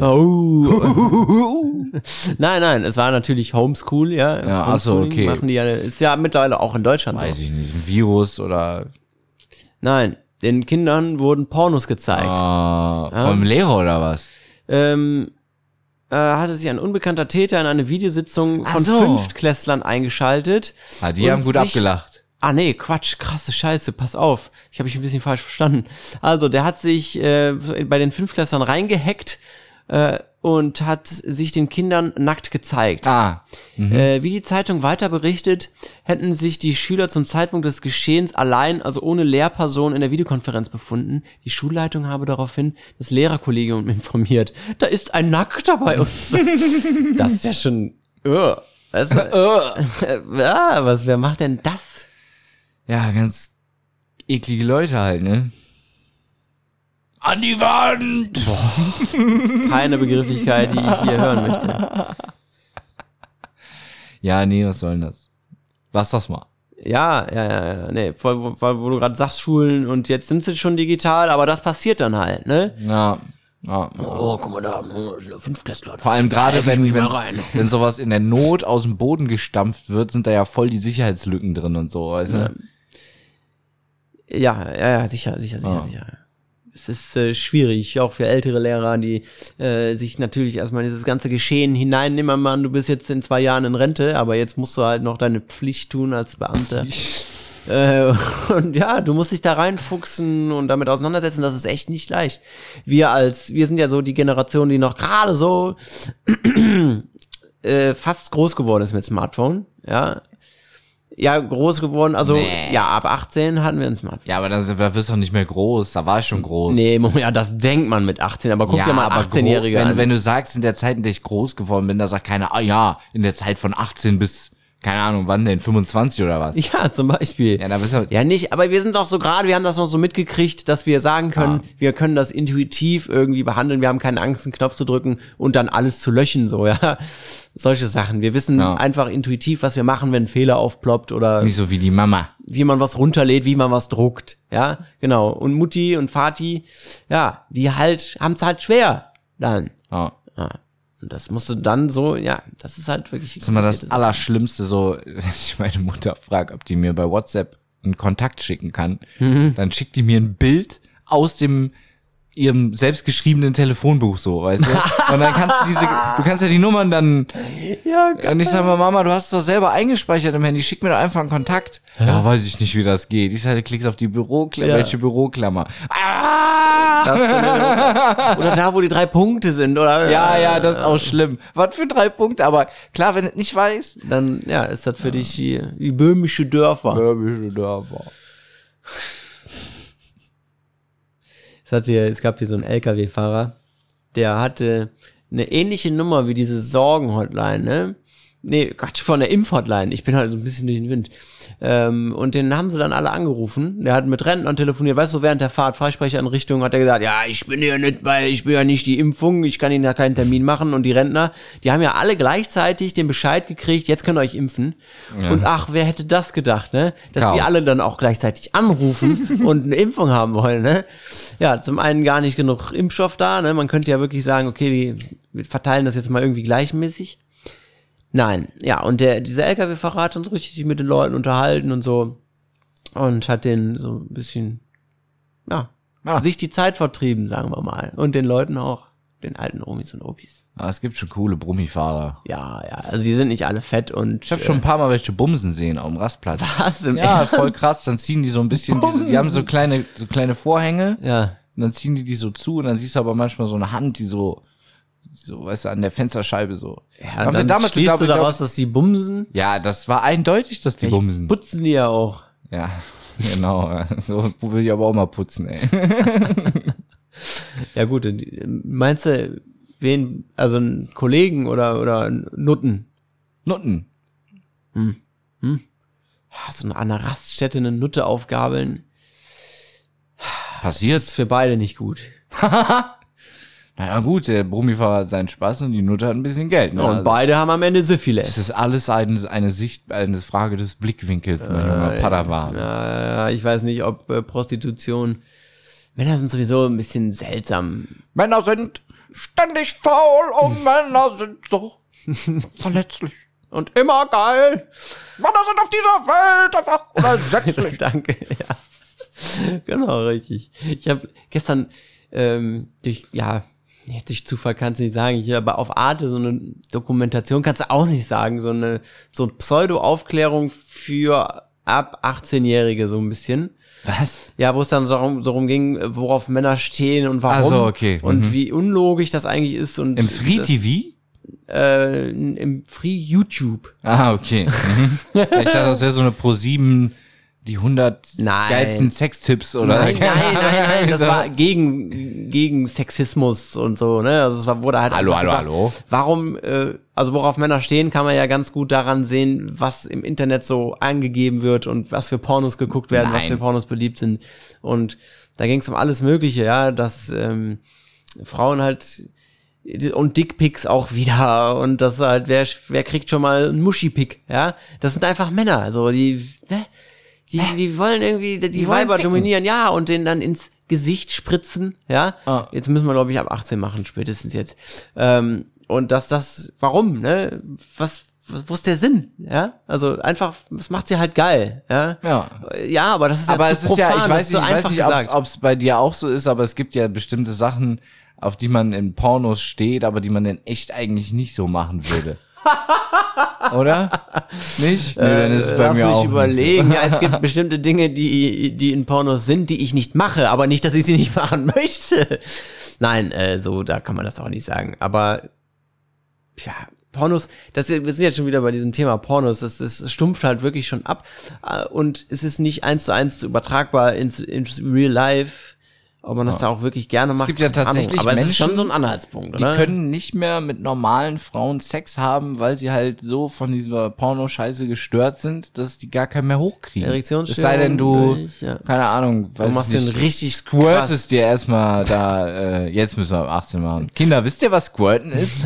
Oh. nein, nein, es war natürlich Homeschool, ja. Ja, ach so, Homeschooling okay. Machen die ja, ist ja mittlerweile auch in Deutschland Weiß so. ich nicht, ein Virus oder Nein, den Kindern wurden Pornos gezeigt. äh, vom Lehrer oder was? Ähm, äh, hatte sich ein unbekannter Täter in eine Videositzung Ach von so. Fünftklässlern eingeschaltet. Ah, die und haben gut sich- abgelacht. Ah nee, Quatsch, krasse Scheiße, pass auf. Ich habe mich ein bisschen falsch verstanden. Also, der hat sich äh, bei den Fünftklässlern reingehackt äh, und hat sich den Kindern nackt gezeigt. Ah, Äh, wie die Zeitung weiter berichtet, hätten sich die Schüler zum Zeitpunkt des Geschehens allein, also ohne Lehrperson, in der Videokonferenz befunden. Die Schulleitung habe daraufhin das Lehrerkollegium informiert. Da ist ein Nackter bei uns. Das ist ja schon... Uh, das, uh, ja, was, wer macht denn das? ja, ganz eklige Leute halt, ne? An die Wand! Keine Begrifflichkeit, die ich hier hören möchte. Ja, nee, was soll denn das? Lass das mal. Ja, ja, ja, ja. Nee, voll, wo, voll, wo du gerade sagst, Schulen und jetzt sind sie schon digital, aber das passiert dann halt, ne? Ja, ja. Oh, guck mal da, Fünftklässler. Vor allem gerade, Da häng ich wenn, mich wenn, mal rein. wenn sowas in der Not aus dem Boden gestampft wird, sind da ja voll die Sicherheitslücken drin und so, weißt du? Ja, ja, ja, sicher, sicher, sicher, Ah. sicher. Es ist äh, schwierig, auch für ältere Lehrer, die äh, sich natürlich erstmal in dieses ganze Geschehen hineinnehmen. Mann, du bist jetzt in zwei Jahren in Rente, aber jetzt musst du halt noch deine Pflicht tun als Beamter. Äh, und ja, du musst dich da reinfuchsen und damit auseinandersetzen, das ist echt nicht leicht. Wir als, wir sind ja so die Generation, die noch gerade so äh, fast groß geworden ist mit Smartphone, ja. Ja, groß geworden, also Nee. ja, ab achtzehn hatten wir ein Smartphone. Ja, aber da, da wirst du doch nicht mehr groß. Da war ich schon groß. Nee, Moment, ja, das denkt man mit achtzehn, aber guck dir mal aber achtzehnjährige gro- wenn, an. wenn du sagst, in der Zeit, in der ich groß geworden bin, da sagt keiner, ah ja, in der Zeit von achtzehn bis, keine Ahnung, wann denn, fünfundzwanzig oder was? Ja, zum Beispiel. Ja, da bist du, Ja, nicht, aber wir sind doch so gerade, wir haben das noch so mitgekriegt, dass wir sagen können, Ja. wir können das intuitiv irgendwie behandeln, wir haben keine Angst, einen Knopf zu drücken und dann alles zu löschen, so, ja. Solche Sachen. Wir wissen Ja. einfach intuitiv, was wir machen, wenn ein Fehler aufploppt oder nicht so wie die Mama. wie man was runterlädt, wie man was druckt, ja, genau. Und Mutti und Vati, ja, die halt, haben's halt schwer, dann. Ja. Ja. Und das musst du dann so, ja, das ist halt wirklich. Das ist immer das komplizierte Sache. Allerschlimmste, so, wenn ich meine Mutter frage, ob die mir bei WhatsApp einen Kontakt schicken kann, Mhm. dann schickt die mir ein Bild aus dem ihrem selbstgeschriebenen Telefonbuch, so, weißt du? Und dann kannst du diese, du kannst ja die Nummern dann, Ja, und ich sag mal, Mama, du hast es doch selber eingespeichert im Handy, schick mir doch einfach einen Kontakt. Ja, weiß ich nicht, wie das geht. Ich sage, du klickst auf die Büroklammer, Ja. welche Büroklammer? Ah! Das ist- oder da, wo die drei Punkte sind, oder? Ja, ja, das ist auch schlimm. Was für drei Punkte, aber klar, wenn du nicht weißt. Dann, ja, ist das für dich wie, wie böhmische Dörfer. Böhmische Dörfer. Es, hat hier, es gab hier so einen L K W-Fahrer, der hatte eine ähnliche Nummer wie diese Sorgen-Hotline, ne? Nee, Quatsch, von der Impf-Hotline. Ich bin halt so ein bisschen durch den Wind. Ähm, und den haben sie dann alle angerufen. Der hat mit Rentnern telefoniert. Weißt du, während der Fahrt, Freisprecheinrichtung, hat er gesagt, ja, ich bin ja nicht bei, ich bin ja nicht die Impfung, ich kann Ihnen ja keinen Termin machen. Und die Rentner, die haben ja alle gleichzeitig den Bescheid gekriegt, jetzt könnt ihr euch impfen. Und ach, wer hätte das gedacht, ne? Dass Kaum. die alle dann auch gleichzeitig anrufen und eine Impfung haben wollen, ne? Ja, zum einen gar nicht genug Impfstoff da, ne? Man könnte ja wirklich sagen, okay, wir verteilen das jetzt mal irgendwie gleichmäßig. Nein, ja, und der, dieser L K W-Fahrer hat uns richtig sich mit den Leuten unterhalten und so und hat den so ein bisschen, ja, Ja. sich die Zeit vertrieben, sagen wir mal. Und den Leuten auch, den alten Omis und Opis. Aber es gibt schon coole Brummifahrer. Ja, ja, also die sind nicht alle fett und Ich habe schon ein paar Mal welche Bumsen sehen auf dem Rastplatz. was im Ja, Ernst? voll krass. Dann ziehen die so ein bisschen, diese, die haben so kleine, so kleine Vorhänge. Ja, Und dann ziehen die die so zu und dann siehst du aber manchmal so eine Hand, die so, die so, weißt du, an der Fensterscheibe so. ja Haben wir dann damals, schließt glaub du ich, glaub- daraus, dass die bumsen. Ja, das war eindeutig, dass die bumsen. Putzen die ja auch. Ja, genau. So will ich aber auch mal putzen, ey. Ja gut, und, äh, meinst du, wen, also einen Kollegen oder, oder einen Nutten? Nutten. Ja, so an einer Raststätte eine Nutte aufgabeln, Passiert. ist für beide nicht gut. Naja, gut, der Brummifahrer hat seinen Spaß und die Nutte hat ein bisschen Geld. Ne? Und Also, beide haben am Ende es Syphilis. ist alles eine, eine Sicht, eine Frage des Blickwinkels, mein junger Padawan. Ja, ich weiß nicht, ob äh, Prostitution, Männer sind sowieso ein bisschen seltsam. Männer sind ständig faul und Männer sind so verletzlich. Und immer geil. Männer sind auf dieser Welt einfach unersetzlich. Danke, ja. Genau, richtig. Ich habe gestern ähm, durch, ja, jetzt durch Zufall kannst du nicht sagen, ich habe auf Arte so eine Dokumentation, kannst du auch nicht sagen, so eine so eine Pseudo-Aufklärung für ab achtzehnjährige so ein bisschen. Was? Ja, wo es dann so darum, so darum ging, worauf Männer stehen und warum. Ach so, okay. Und Mhm. wie unlogisch das eigentlich ist. Und Im Free das, T V? Äh, im Free YouTube. Ah, okay. Mhm. Ich dachte, das wäre so eine Pro sieben, die hundert Nein. geilsten Sextipps oder Nein, nein, nein, nein, das So. war gegen, gegen Sexismus und so, ne? Also es war, wurde halt Hallo, einfach hallo, hallo. Warum, äh, also worauf Männer stehen, kann man ja ganz gut daran sehen, was im Internet so angegeben wird und was für Pornos geguckt werden, was Nein. für Pornos beliebt sind. Und da ging es um alles Mögliche, ja, dass ähm, Frauen halt und Dickpics auch wieder und das halt, wer, wer kriegt schon mal einen Muschi-Pick, ja? Das sind einfach Männer, also die, ne? Die, die wollen irgendwie, die, Die wollen Weiber ficken. dominieren, ja, und den dann ins Gesicht spritzen, ja. Ah. Jetzt müssen wir, glaube ich, ab achtzehn machen, spätestens jetzt. Ähm, und dass das, warum, ne? Was, was, wo ist der Sinn, ja? Also einfach, das macht sie halt geil, ja. Ja. Ja, aber das ist Aber ja es zu ist ja, profan, ich das weiß ist so nicht, ich weiß einfach nicht, gesagt. ob es bei dir auch so ist, aber es gibt ja bestimmte Sachen, auf die man in Pornos steht, aber die man in echt eigentlich nicht so machen würde. Oder? Nicht? Nee, dann ist es bei Lass mir mich auch überlegen. Nicht Ja, es gibt bestimmte Dinge, die, die in Pornos sind, die ich nicht mache, aber nicht, dass ich sie nicht machen möchte. Nein, äh, so, da kann man das auch nicht sagen. Aber, ja, Pornos, das, wir sind jetzt schon wieder bei diesem Thema Pornos, das, das stumpft halt wirklich schon ab äh, und es ist nicht eins zu eins übertragbar ins, ins Real Life, ob man das ja. da auch wirklich gerne macht. Es gibt ja tatsächlich aber Menschen, es ist schon so ein Anhaltspunkt, die oder? können nicht mehr mit normalen Frauen Sex haben, weil sie halt so von dieser Pornoscheiße gestört sind, dass die gar keinen mehr hochkriegen. Erektionsstörung. Es sei denn, du, nicht, ja. keine Ahnung, Du machst den richtig squirtest dir erstmal da, äh, jetzt müssen wir ab achtzehn machen. Kinder, wisst ihr, was Squirten ist?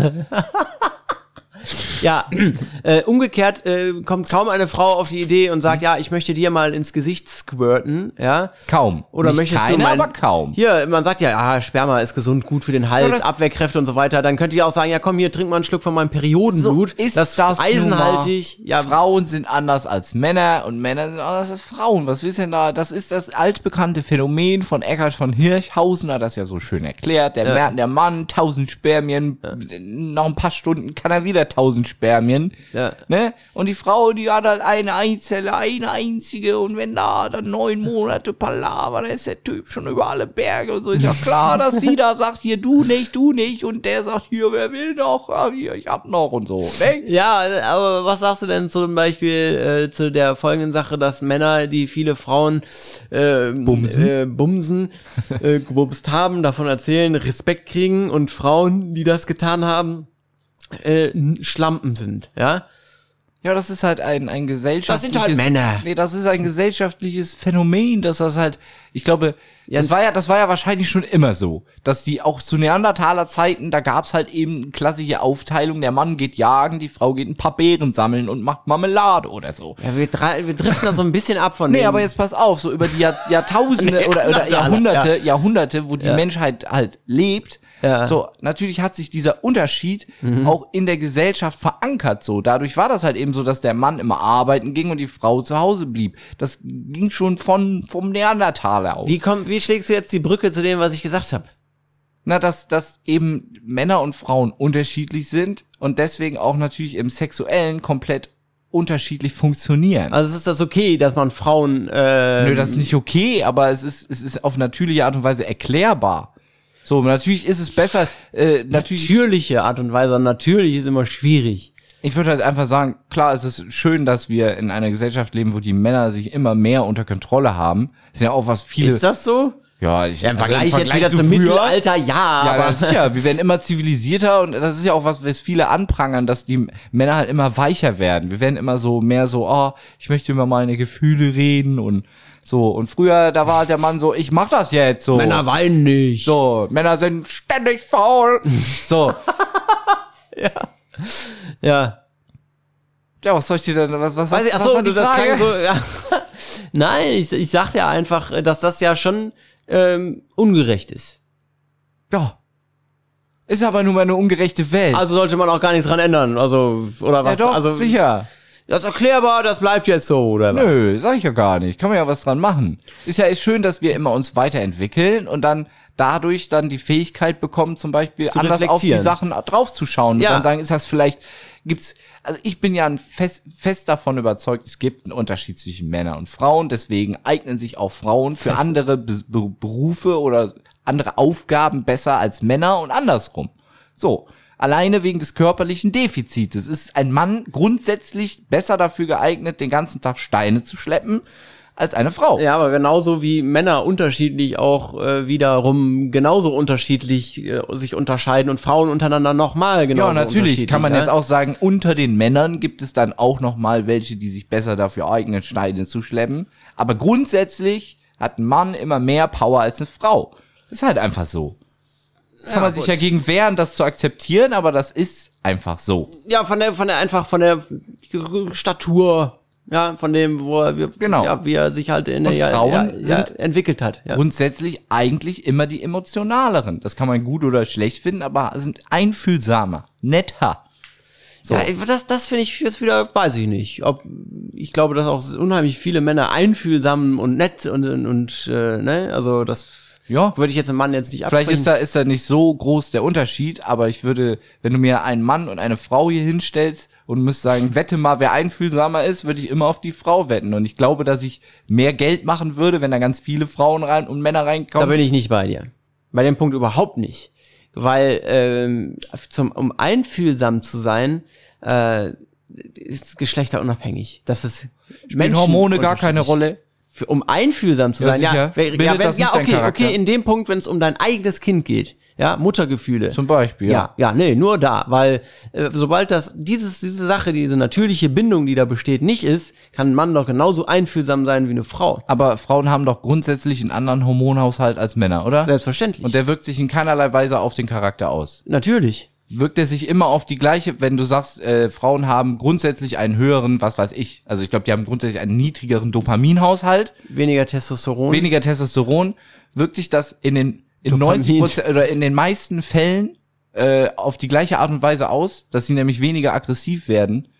Ja, äh, umgekehrt äh, kommt kaum eine Frau auf die Idee und sagt, ja, ich möchte dir mal ins Gesicht squirten, ja. Kaum. Oder Nicht möchtest keine, du mein, aber kaum. Hier, man sagt ja, ah, Sperma ist gesund, gut für den Hals, Ja, das- Abwehrkräfte und so weiter. Dann könnt ihr auch sagen, ja komm, hier, trink mal einen Schluck von meinem Periodenblut. So ist das das eisenhaltig. nun mal. Ja, Frauen sind anders als Männer und Männer sind anders als Frauen. Was willst du denn da? Das ist das altbekannte Phänomen von Eckhard von Hirschhausen, hat das ja so schön erklärt. Der, Ja. Mer- der Mann, tausend Spermien, nach ein paar Stunden kann er wieder tausend Spermien. Ja. Ne? Und die Frau, die hat halt eine Eizelle, eine einzige, und wenn da dann neun Monate Palaver, da ist der Typ schon über alle Berge und so. Ist ja klar, dass sie da sagt, hier, du nicht, du nicht, und der sagt, hier, wer will noch? Ah, hier, ich hab noch und so. Ne? Ja, aber was sagst du denn zum Beispiel äh, zu der folgenden Sache, dass Männer, die viele Frauen äh, Bumsen. äh, bumsen, äh, gebumst haben, davon erzählen, Respekt kriegen und Frauen, die das getan haben, äh, Schlampen sind, ja? Ja, das ist halt ein, ein gesellschaftliches... Das sind halt Männer. Nee, das ist ein gesellschaftliches Phänomen, dass das halt, ich glaube, das war ja, das war ja wahrscheinlich schon immer so, dass die auch zu Neandertaler Zeiten, da gab's halt eben klassische Aufteilung, der Mann geht jagen, die Frau geht ein paar Beeren sammeln und macht Marmelade oder so. Ja, wir, dra- wir driften da so ein bisschen ab von Nee, dem. aber jetzt pass auf, so über die Jahr, Jahrtausende oder, oder Neandertaler, Jahrhunderte, ja. Jahrhunderte, wo die Ja. Menschheit halt lebt, Ja. so, natürlich hat sich dieser Unterschied auch in der Gesellschaft verankert, so. Dadurch war das halt eben so, dass der Mann immer arbeiten ging und die Frau zu Hause blieb. Das ging schon von, vom Neandertaler aus. Wie, komm, wie schlägst du jetzt die Brücke zu dem, was ich gesagt habe? Na, dass, dass eben Männer und Frauen unterschiedlich sind und deswegen auch natürlich im Sexuellen komplett unterschiedlich funktionieren. Also ist das okay, dass man Frauen... Äh, Nö, das ist nicht okay, aber es ist, es ist auf natürliche Art und Weise erklärbar. So, natürlich ist es besser, äh, natürlich, natürliche Art und Weise. Natürlich ist immer schwierig. ich würde halt einfach sagen, klar, es ist schön, dass wir in einer Gesellschaft leben, wo die Männer sich immer mehr unter Kontrolle haben. Ist ja auch was viele, Ist das so? ja, ich, Ja, im also Vergleich, jetzt wieder zu zum früher- Mittelalter, ja, Ja, aber... das ist ja, wir werden immer zivilisierter und das ist ja auch was, was viele anprangern, dass die Männer halt immer weicher werden. Wir werden immer so mehr so, oh, ich möchte über meine Gefühle reden und so. Und früher, da war halt der Mann so, ich mach das jetzt so. Männer weinen nicht. So, Männer sind ständig faul. So. Ja. Ja, was soll ich dir denn, was, was, Weiß ich, was, achso, was war die du, das Frage? klang so, ja. Nein, ich, ich sag ja einfach, dass das ja schon ähm, ungerecht ist. Ja. Ist aber nun mal eine ungerechte Welt. Also sollte man auch gar nichts dran ändern, also, oder ja was? doch, also, sicher. Das ist erklärbar, das bleibt jetzt so, oder was? Nö, sag ich ja gar nicht. Kann man ja was dran machen. Ist ja ist schön, dass wir immer uns weiterentwickeln und dann dadurch dann die Fähigkeit bekommen, zum Beispiel Zu anders auf die reflektieren. Sachen draufzuschauen. Ja. Und dann sagen, ist das vielleicht, gibt's, also ich bin ja ein fest, fest davon überzeugt, es gibt einen Unterschied zwischen Männern und Frauen, deswegen eignen sich auch Frauen für Fest. andere Be Be Berufe oder andere Aufgaben besser als Männer und andersrum. So. Alleine wegen des körperlichen Defizites ist ein Mann grundsätzlich besser dafür geeignet, den ganzen Tag Steine zu schleppen, als eine Frau. Ja, aber genauso wie Männer unterschiedlich auch äh, wiederum genauso unterschiedlich äh, sich unterscheiden und Frauen untereinander nochmal genauso Ja, natürlich unterschiedlich, kann man ja? jetzt auch sagen, unter den Männern gibt es dann auch noch mal welche, die sich besser dafür eignen, Steine zu schleppen. Aber grundsätzlich hat ein Mann immer mehr Power als eine Frau. Ist halt einfach so. Kann man sich ja gegen wehren, das zu akzeptieren, aber das ist einfach so. Ja, von der, von der, einfach von der Statur, ja, von dem, wo er, wie, Genau. ja, wie er sich halt in Und der, Frauen ja, ja, sind entwickelt hat. Ja. Grundsätzlich eigentlich immer die emotionaleren. Das kann man gut oder schlecht finden, aber sind einfühlsamer, netter. So. Ja, das, das finde ich jetzt wieder, weiß ich nicht. Ob, ich glaube, dass auch unheimlich viele Männer einfühlsam und nett und, und, und äh, ne, also das Ja. würde ich jetzt einem Mann jetzt nicht absprechen. Vielleicht ist da, ist da nicht so groß der Unterschied, aber ich würde, wenn du mir einen Mann und eine Frau hier hinstellst und müsst sagen, wette mal, wer einfühlsamer ist, würde ich immer auf die Frau wetten. Und ich glaube, dass ich mehr Geld machen würde, wenn da ganz viele Frauen rein und Männer Da reinkommen. bin ich nicht bei dir. Bei dem Punkt überhaupt nicht. weil ähm, zum, um einfühlsam zu sein, äh, ist geschlechterunabhängig. Das ist Spielen Hormone gar keine Rolle? Für, um einfühlsam zu Ja, sein, sicher. ja, wer, Bildet ja, wenn, das nicht ja, dein okay, Charakter? okay, in dem Punkt, wenn es um dein eigenes Kind geht, ja, Muttergefühle. Zum Beispiel, ja. Ja, ja, nee, nur da, weil äh, sobald das, dieses, diese Sache, diese natürliche Bindung, die da besteht, nicht ist, kann ein Mann doch genauso einfühlsam sein wie eine Frau. Aber Frauen haben doch grundsätzlich einen anderen Hormonhaushalt als Männer, oder? Selbstverständlich. Und der wirkt sich in keinerlei Weise auf den Charakter aus. Natürlich. Wirkt er sich immer auf die gleiche, wenn du sagst, äh, Frauen haben grundsätzlich einen höheren, was weiß ich, also ich glaube, die haben grundsätzlich einen niedrigeren Dopaminhaushalt, Weniger Testosteron. weniger Testosteron, wirkt sich das in den in Dopamin. neunzig Prozent oder in den meisten Fällen äh, auf die gleiche Art und Weise aus, dass sie nämlich weniger aggressiv werden.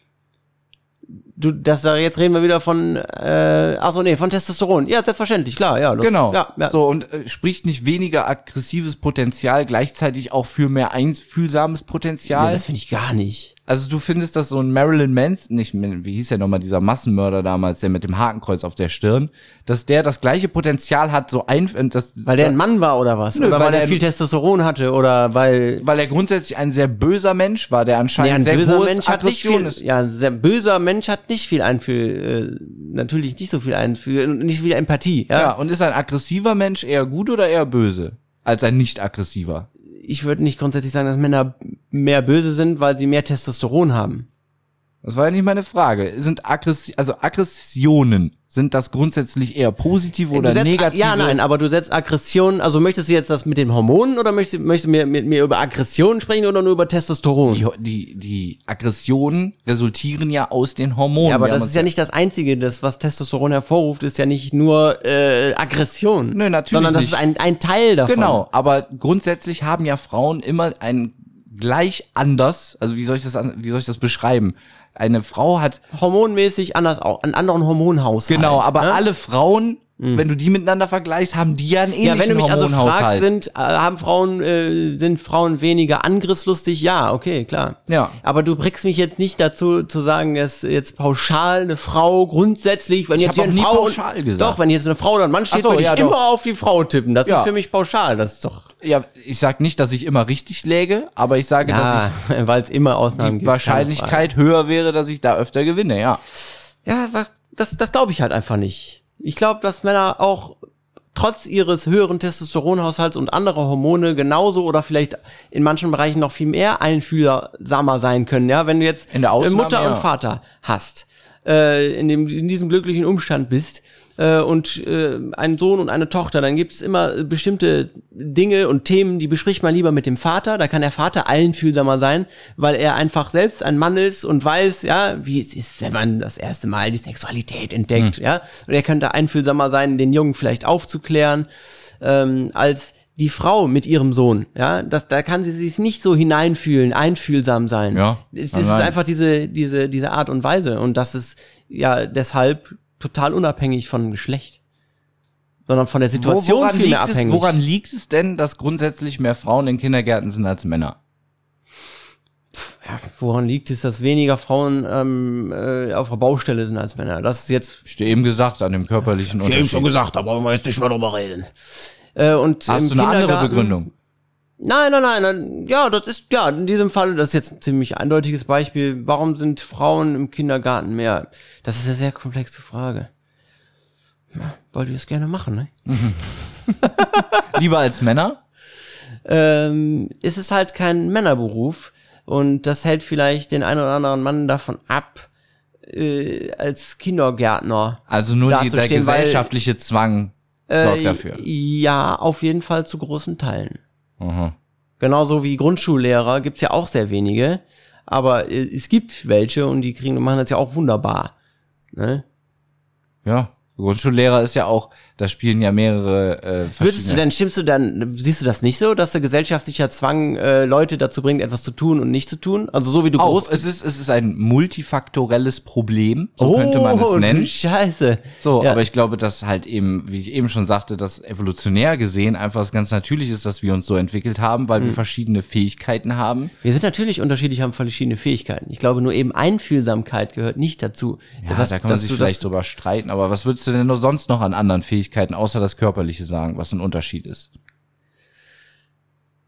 Du, das da jetzt reden wir wieder von, äh, achso, nee, von Testosteron. Ja, selbstverständlich, klar, ja. Das, Genau. Ja, ja. So, und äh, spricht nicht weniger aggressives Potenzial gleichzeitig auch für mehr einfühlsames Potenzial? Ja, das finde ich gar nicht. Also du findest, dass so ein Marilyn Manson, nicht, wie hieß der nochmal, dieser Massenmörder damals, der mit dem Hakenkreuz auf der Stirn, dass der das gleiche Potenzial hat, so ein, das, Weil der ein Mann war oder was? Nö, oder weil weil er er- viel Testosteron hatte oder weil... weil er grundsätzlich ein sehr böser Mensch war, der Nee, anscheinend ein sehr böser groß Mensch hat nicht Aggression viel, ist. ja, ein sehr böser Mensch hat nicht viel Einfühl, äh, natürlich nicht so viel Einfühl, nicht viel Empathie, ja. Ja, und ist ein aggressiver Mensch eher gut oder eher böse? Als ein nicht aggressiver. Ich würde nicht grundsätzlich sagen, dass Männer mehr böse sind, weil sie mehr Testosteron haben. Das war ja nicht meine Frage. Sind Aggressi also Aggressionen, sind das grundsätzlich eher positive oder Du setzt, negative? Ja, nein, aber du setzt Aggression, also möchtest du jetzt das mit den Hormonen oder möchtest, möchtest du mir, mit mir über Aggressionen sprechen oder nur über Testosteron? Die, die, die Aggressionen resultieren ja aus den Hormonen. Ja, aber Wir haben das uns ist ja nicht das Einzige, das, was Testosteron hervorruft, ist ja nicht nur äh, Aggression. Nö, natürlich Sondern das nicht. ist ein, ein Teil davon. Genau, aber grundsätzlich haben ja Frauen immer ein gleich anders, also wie soll ich das, an- wie soll ich das beschreiben? Eine Frau hat, Hormonmäßig anders auch, einen anderen Hormonhaushalt. genau, aber ne? alle Frauen, wenn du die miteinander vergleichst, haben die ja einen ähnlichen Ja, wenn du mich also fragst, Hormonhaushalt. sind, äh, haben Frauen, äh, sind Frauen weniger angriffslustig? Ja, okay, klar. Ja. Aber du bringst mich jetzt nicht dazu, zu sagen, dass jetzt pauschal eine Frau grundsätzlich, wenn Ich jetzt hab hier auch eine nie Frau, pauschal gesagt. doch, wenn jetzt eine Frau oder ein Mann steht, Ach so, würde ich ja, doch. immer auf die Frau tippen. Das Ja. ist für mich pauschal. Das ist doch, Ja, ich sag nicht, dass ich immer richtig läge, aber ich sage, dass ja, weil es immer Ausnahmen die gibt. keine Frage. Wahrscheinlichkeit höher wäre, dass ich da öfter gewinne, ja. Ja, was- das, das glaube ich halt einfach nicht. Ich glaube, dass Männer auch trotz ihres höheren Testosteronhaushalts und anderer Hormone genauso oder vielleicht in manchen Bereichen noch viel mehr einfühlsamer sein können. Ja, wenn du jetzt In der äh, Ausnahme, Mutter ja. und Vater hast, äh, in, dem, in diesem glücklichen Umstand bist äh, und äh, einen Sohn und eine Tochter, dann gibt es immer bestimmte Dinge und Themen, die bespricht man lieber mit dem Vater. Da kann der Vater einfühlsamer sein, weil er einfach selbst ein Mann ist und weiß, ja, wie es ist, wenn man das erste Mal die Sexualität entdeckt, Hm. ja. Und er könnte einfühlsamer sein, den Jungen vielleicht aufzuklären, ähm, als die Frau mit ihrem Sohn, ja, das, da kann sie sich nicht so hineinfühlen, einfühlsam sein. Ja, Es, kann das ist sein. einfach diese, diese, diese Art und Weise und das ist ja deshalb total unabhängig von Geschlecht, sondern von der Situation woran, viel mehr liegt es, abhängig. woran liegt es denn, dass grundsätzlich mehr Frauen in Kindergärten sind als Männer? Ja, woran liegt es, dass weniger Frauen ähm, äh, auf der Baustelle sind als Männer? Das ist jetzt Ich dir eben gesagt, an dem körperlichen Unterschied. gesagt, da brauchen wir jetzt nicht mehr drüber reden. Äh, und Hast im du eine andere Kindergarten- Begründung? Nein, nein, nein, nein. Ja, das ist, ja, in diesem Fall, das ist jetzt ein ziemlich eindeutiges Beispiel. Warum sind Frauen im Kindergarten mehr? Das ist eine sehr komplexe Frage. Ja, weil die das gerne machen, ne? Lieber als Männer? ähm, ist es halt kein Männerberuf und das hält vielleicht den einen oder anderen Mann davon ab, äh, als Kindergärtner. Also nur die, der dazustehen, weil, gesellschaftliche Zwang sorgt dafür. Ja, auf jeden Fall zu großen Teilen. Aha. Genauso wie Grundschullehrer gibt's ja auch sehr wenige, aber äh, es gibt welche und die kriegen, machen das ja auch wunderbar. Ne? Ja, Grundschullehrer ist ja auch, da spielen ja mehrere äh, Würdest du verschiedene- denn, stimmst du dann, siehst du das nicht so, dass der gesellschaftlicher Zwang äh, Leute dazu bringt, etwas zu tun und nicht zu tun? Also so wie du auch, groß... es ist, es ist ein multifaktorelles Problem, so könnte man es Oh, nennen. du Scheiße. So, Ja. aber ich glaube, dass halt eben, wie ich eben schon sagte, dass evolutionär gesehen einfach es ganz natürlich ist, dass wir uns so entwickelt haben, weil wir verschiedene Fähigkeiten haben. Wir sind natürlich unterschiedlich, haben verschiedene Fähigkeiten. Ich glaube, nur eben Einfühlsamkeit gehört nicht dazu. Ja, Was- da kann man dass sich du vielleicht das, drüber streiten, aber was würdest du denn noch sonst noch an anderen Fähigkeiten, außer das Körperliche sagen, was ein Unterschied ist?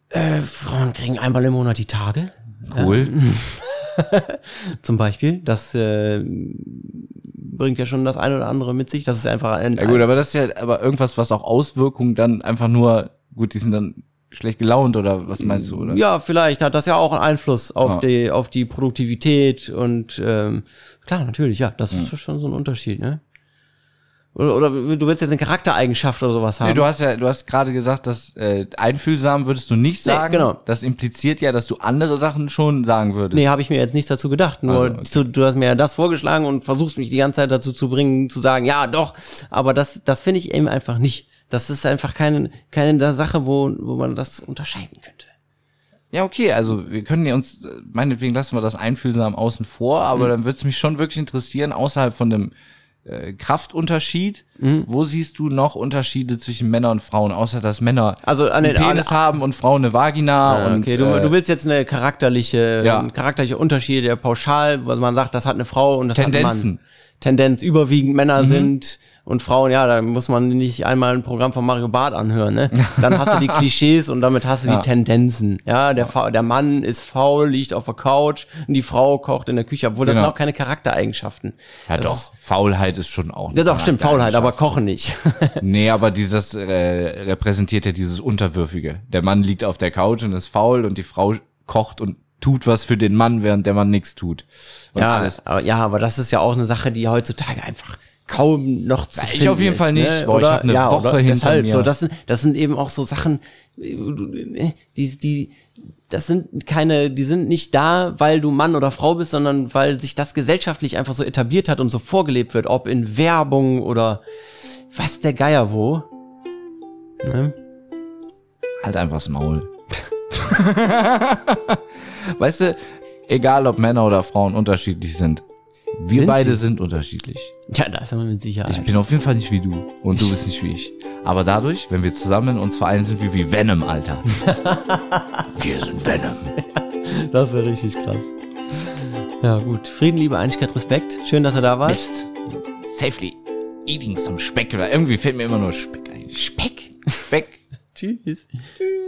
Äh, Frauen kriegen einmal im Monat die Tage. Cool. Ja. Zum Beispiel. Das äh, bringt ja schon das eine oder andere mit sich. Das ist einfach ein... Ja gut, aber das ist ja aber irgendwas, was auch Auswirkungen dann einfach nur, gut, die sind dann schlecht gelaunt oder was meinst du, oder? Ja, vielleicht hat das ja auch einen Einfluss auf, Ja. die, auf die Produktivität und ähm, klar, natürlich, ja, das ist schon so ein Unterschied, ne? Oder, oder du willst jetzt eine Charaktereigenschaft oder sowas haben? Nee, du hast ja, du hast gerade gesagt, dass äh, einfühlsam würdest du nicht Nee, sagen. genau. Das impliziert ja, dass du andere Sachen schon sagen würdest. Nee, habe ich mir jetzt nichts dazu gedacht. Nur Also, okay. du, du hast mir ja das vorgeschlagen und versuchst mich die ganze Zeit dazu zu bringen, zu sagen, ja, doch. Aber das, das finde ich eben einfach nicht. Das ist einfach keine, keine Sache, wo, wo man das unterscheiden könnte. Ja, okay, also wir können ja uns, meinetwegen lassen wir das einfühlsam außen vor, aber Mhm. dann würde es mich schon wirklich interessieren, außerhalb von dem äh, Kraftunterschied, Mhm. wo siehst du noch Unterschiede zwischen Männern und Frauen, außer dass Männer Also an einen den Penis haben und Frauen eine Vagina Ja, und okay, du, äh, du willst jetzt eine charakterliche, Ja. ein charakterliche Unterschiede, der pauschal, wo man sagt, das hat eine Frau und das Tendenzen. hat ein Mann. Tendenz überwiegend Männer sind und Frauen, ja, da muss man nicht einmal ein Programm von Mario Barth anhören, ne? Dann hast du die Klischees und damit hast du Ja. die Tendenzen. Ja, der, Fa- der Mann ist faul, liegt auf der Couch und die Frau kocht in der Küche, obwohl das Genau. sind auch keine Charaktereigenschaften. ja das doch, ist- Faulheit ist schon auch eine Ja, doch, stimmt, Faulheit, aber Kochen nicht. Nee, aber dieses äh, repräsentiert ja dieses Unterwürfige. Der Mann liegt auf der Couch und ist faul und die Frau kocht und tut was für den Mann, während der Mann nichts tut. Und ja, alles. aber, ja, aber das ist ja auch eine Sache, die heutzutage einfach kaum noch zu Ja, ich finden auf jeden ist, Fall nicht. Ne? Boah, ich oder, hab eine ja, Woche oder hinter deshalb mir. So, das sind, das sind eben auch so Sachen, die, die, das sind keine, die sind nicht da, weil du Mann oder Frau bist, sondern weil sich das gesellschaftlich einfach so etabliert hat und so vorgelebt wird, ob in Werbung oder was der Geier wo. Ne? Halt einfach das Maul. Weißt du, egal ob Männer oder Frauen unterschiedlich sind, wir Sind beide sie? sind unterschiedlich. Ja, das haben wir mit Sicherheit. Ich bin auf jeden Fall nicht wie du und du bist nicht wie ich. Aber dadurch, wenn wir zusammen uns vereinen, sind wir wie Venom, Alter. Wir sind Venom. Das wäre richtig krass. Ja, gut. Frieden, Liebe, Einigkeit, Respekt. Schön, dass du da warst. Mist. Safely eating some Speck. Oder irgendwie fällt mir immer nur Speck ein. Speck. Speck. Tschüss. Tschüss.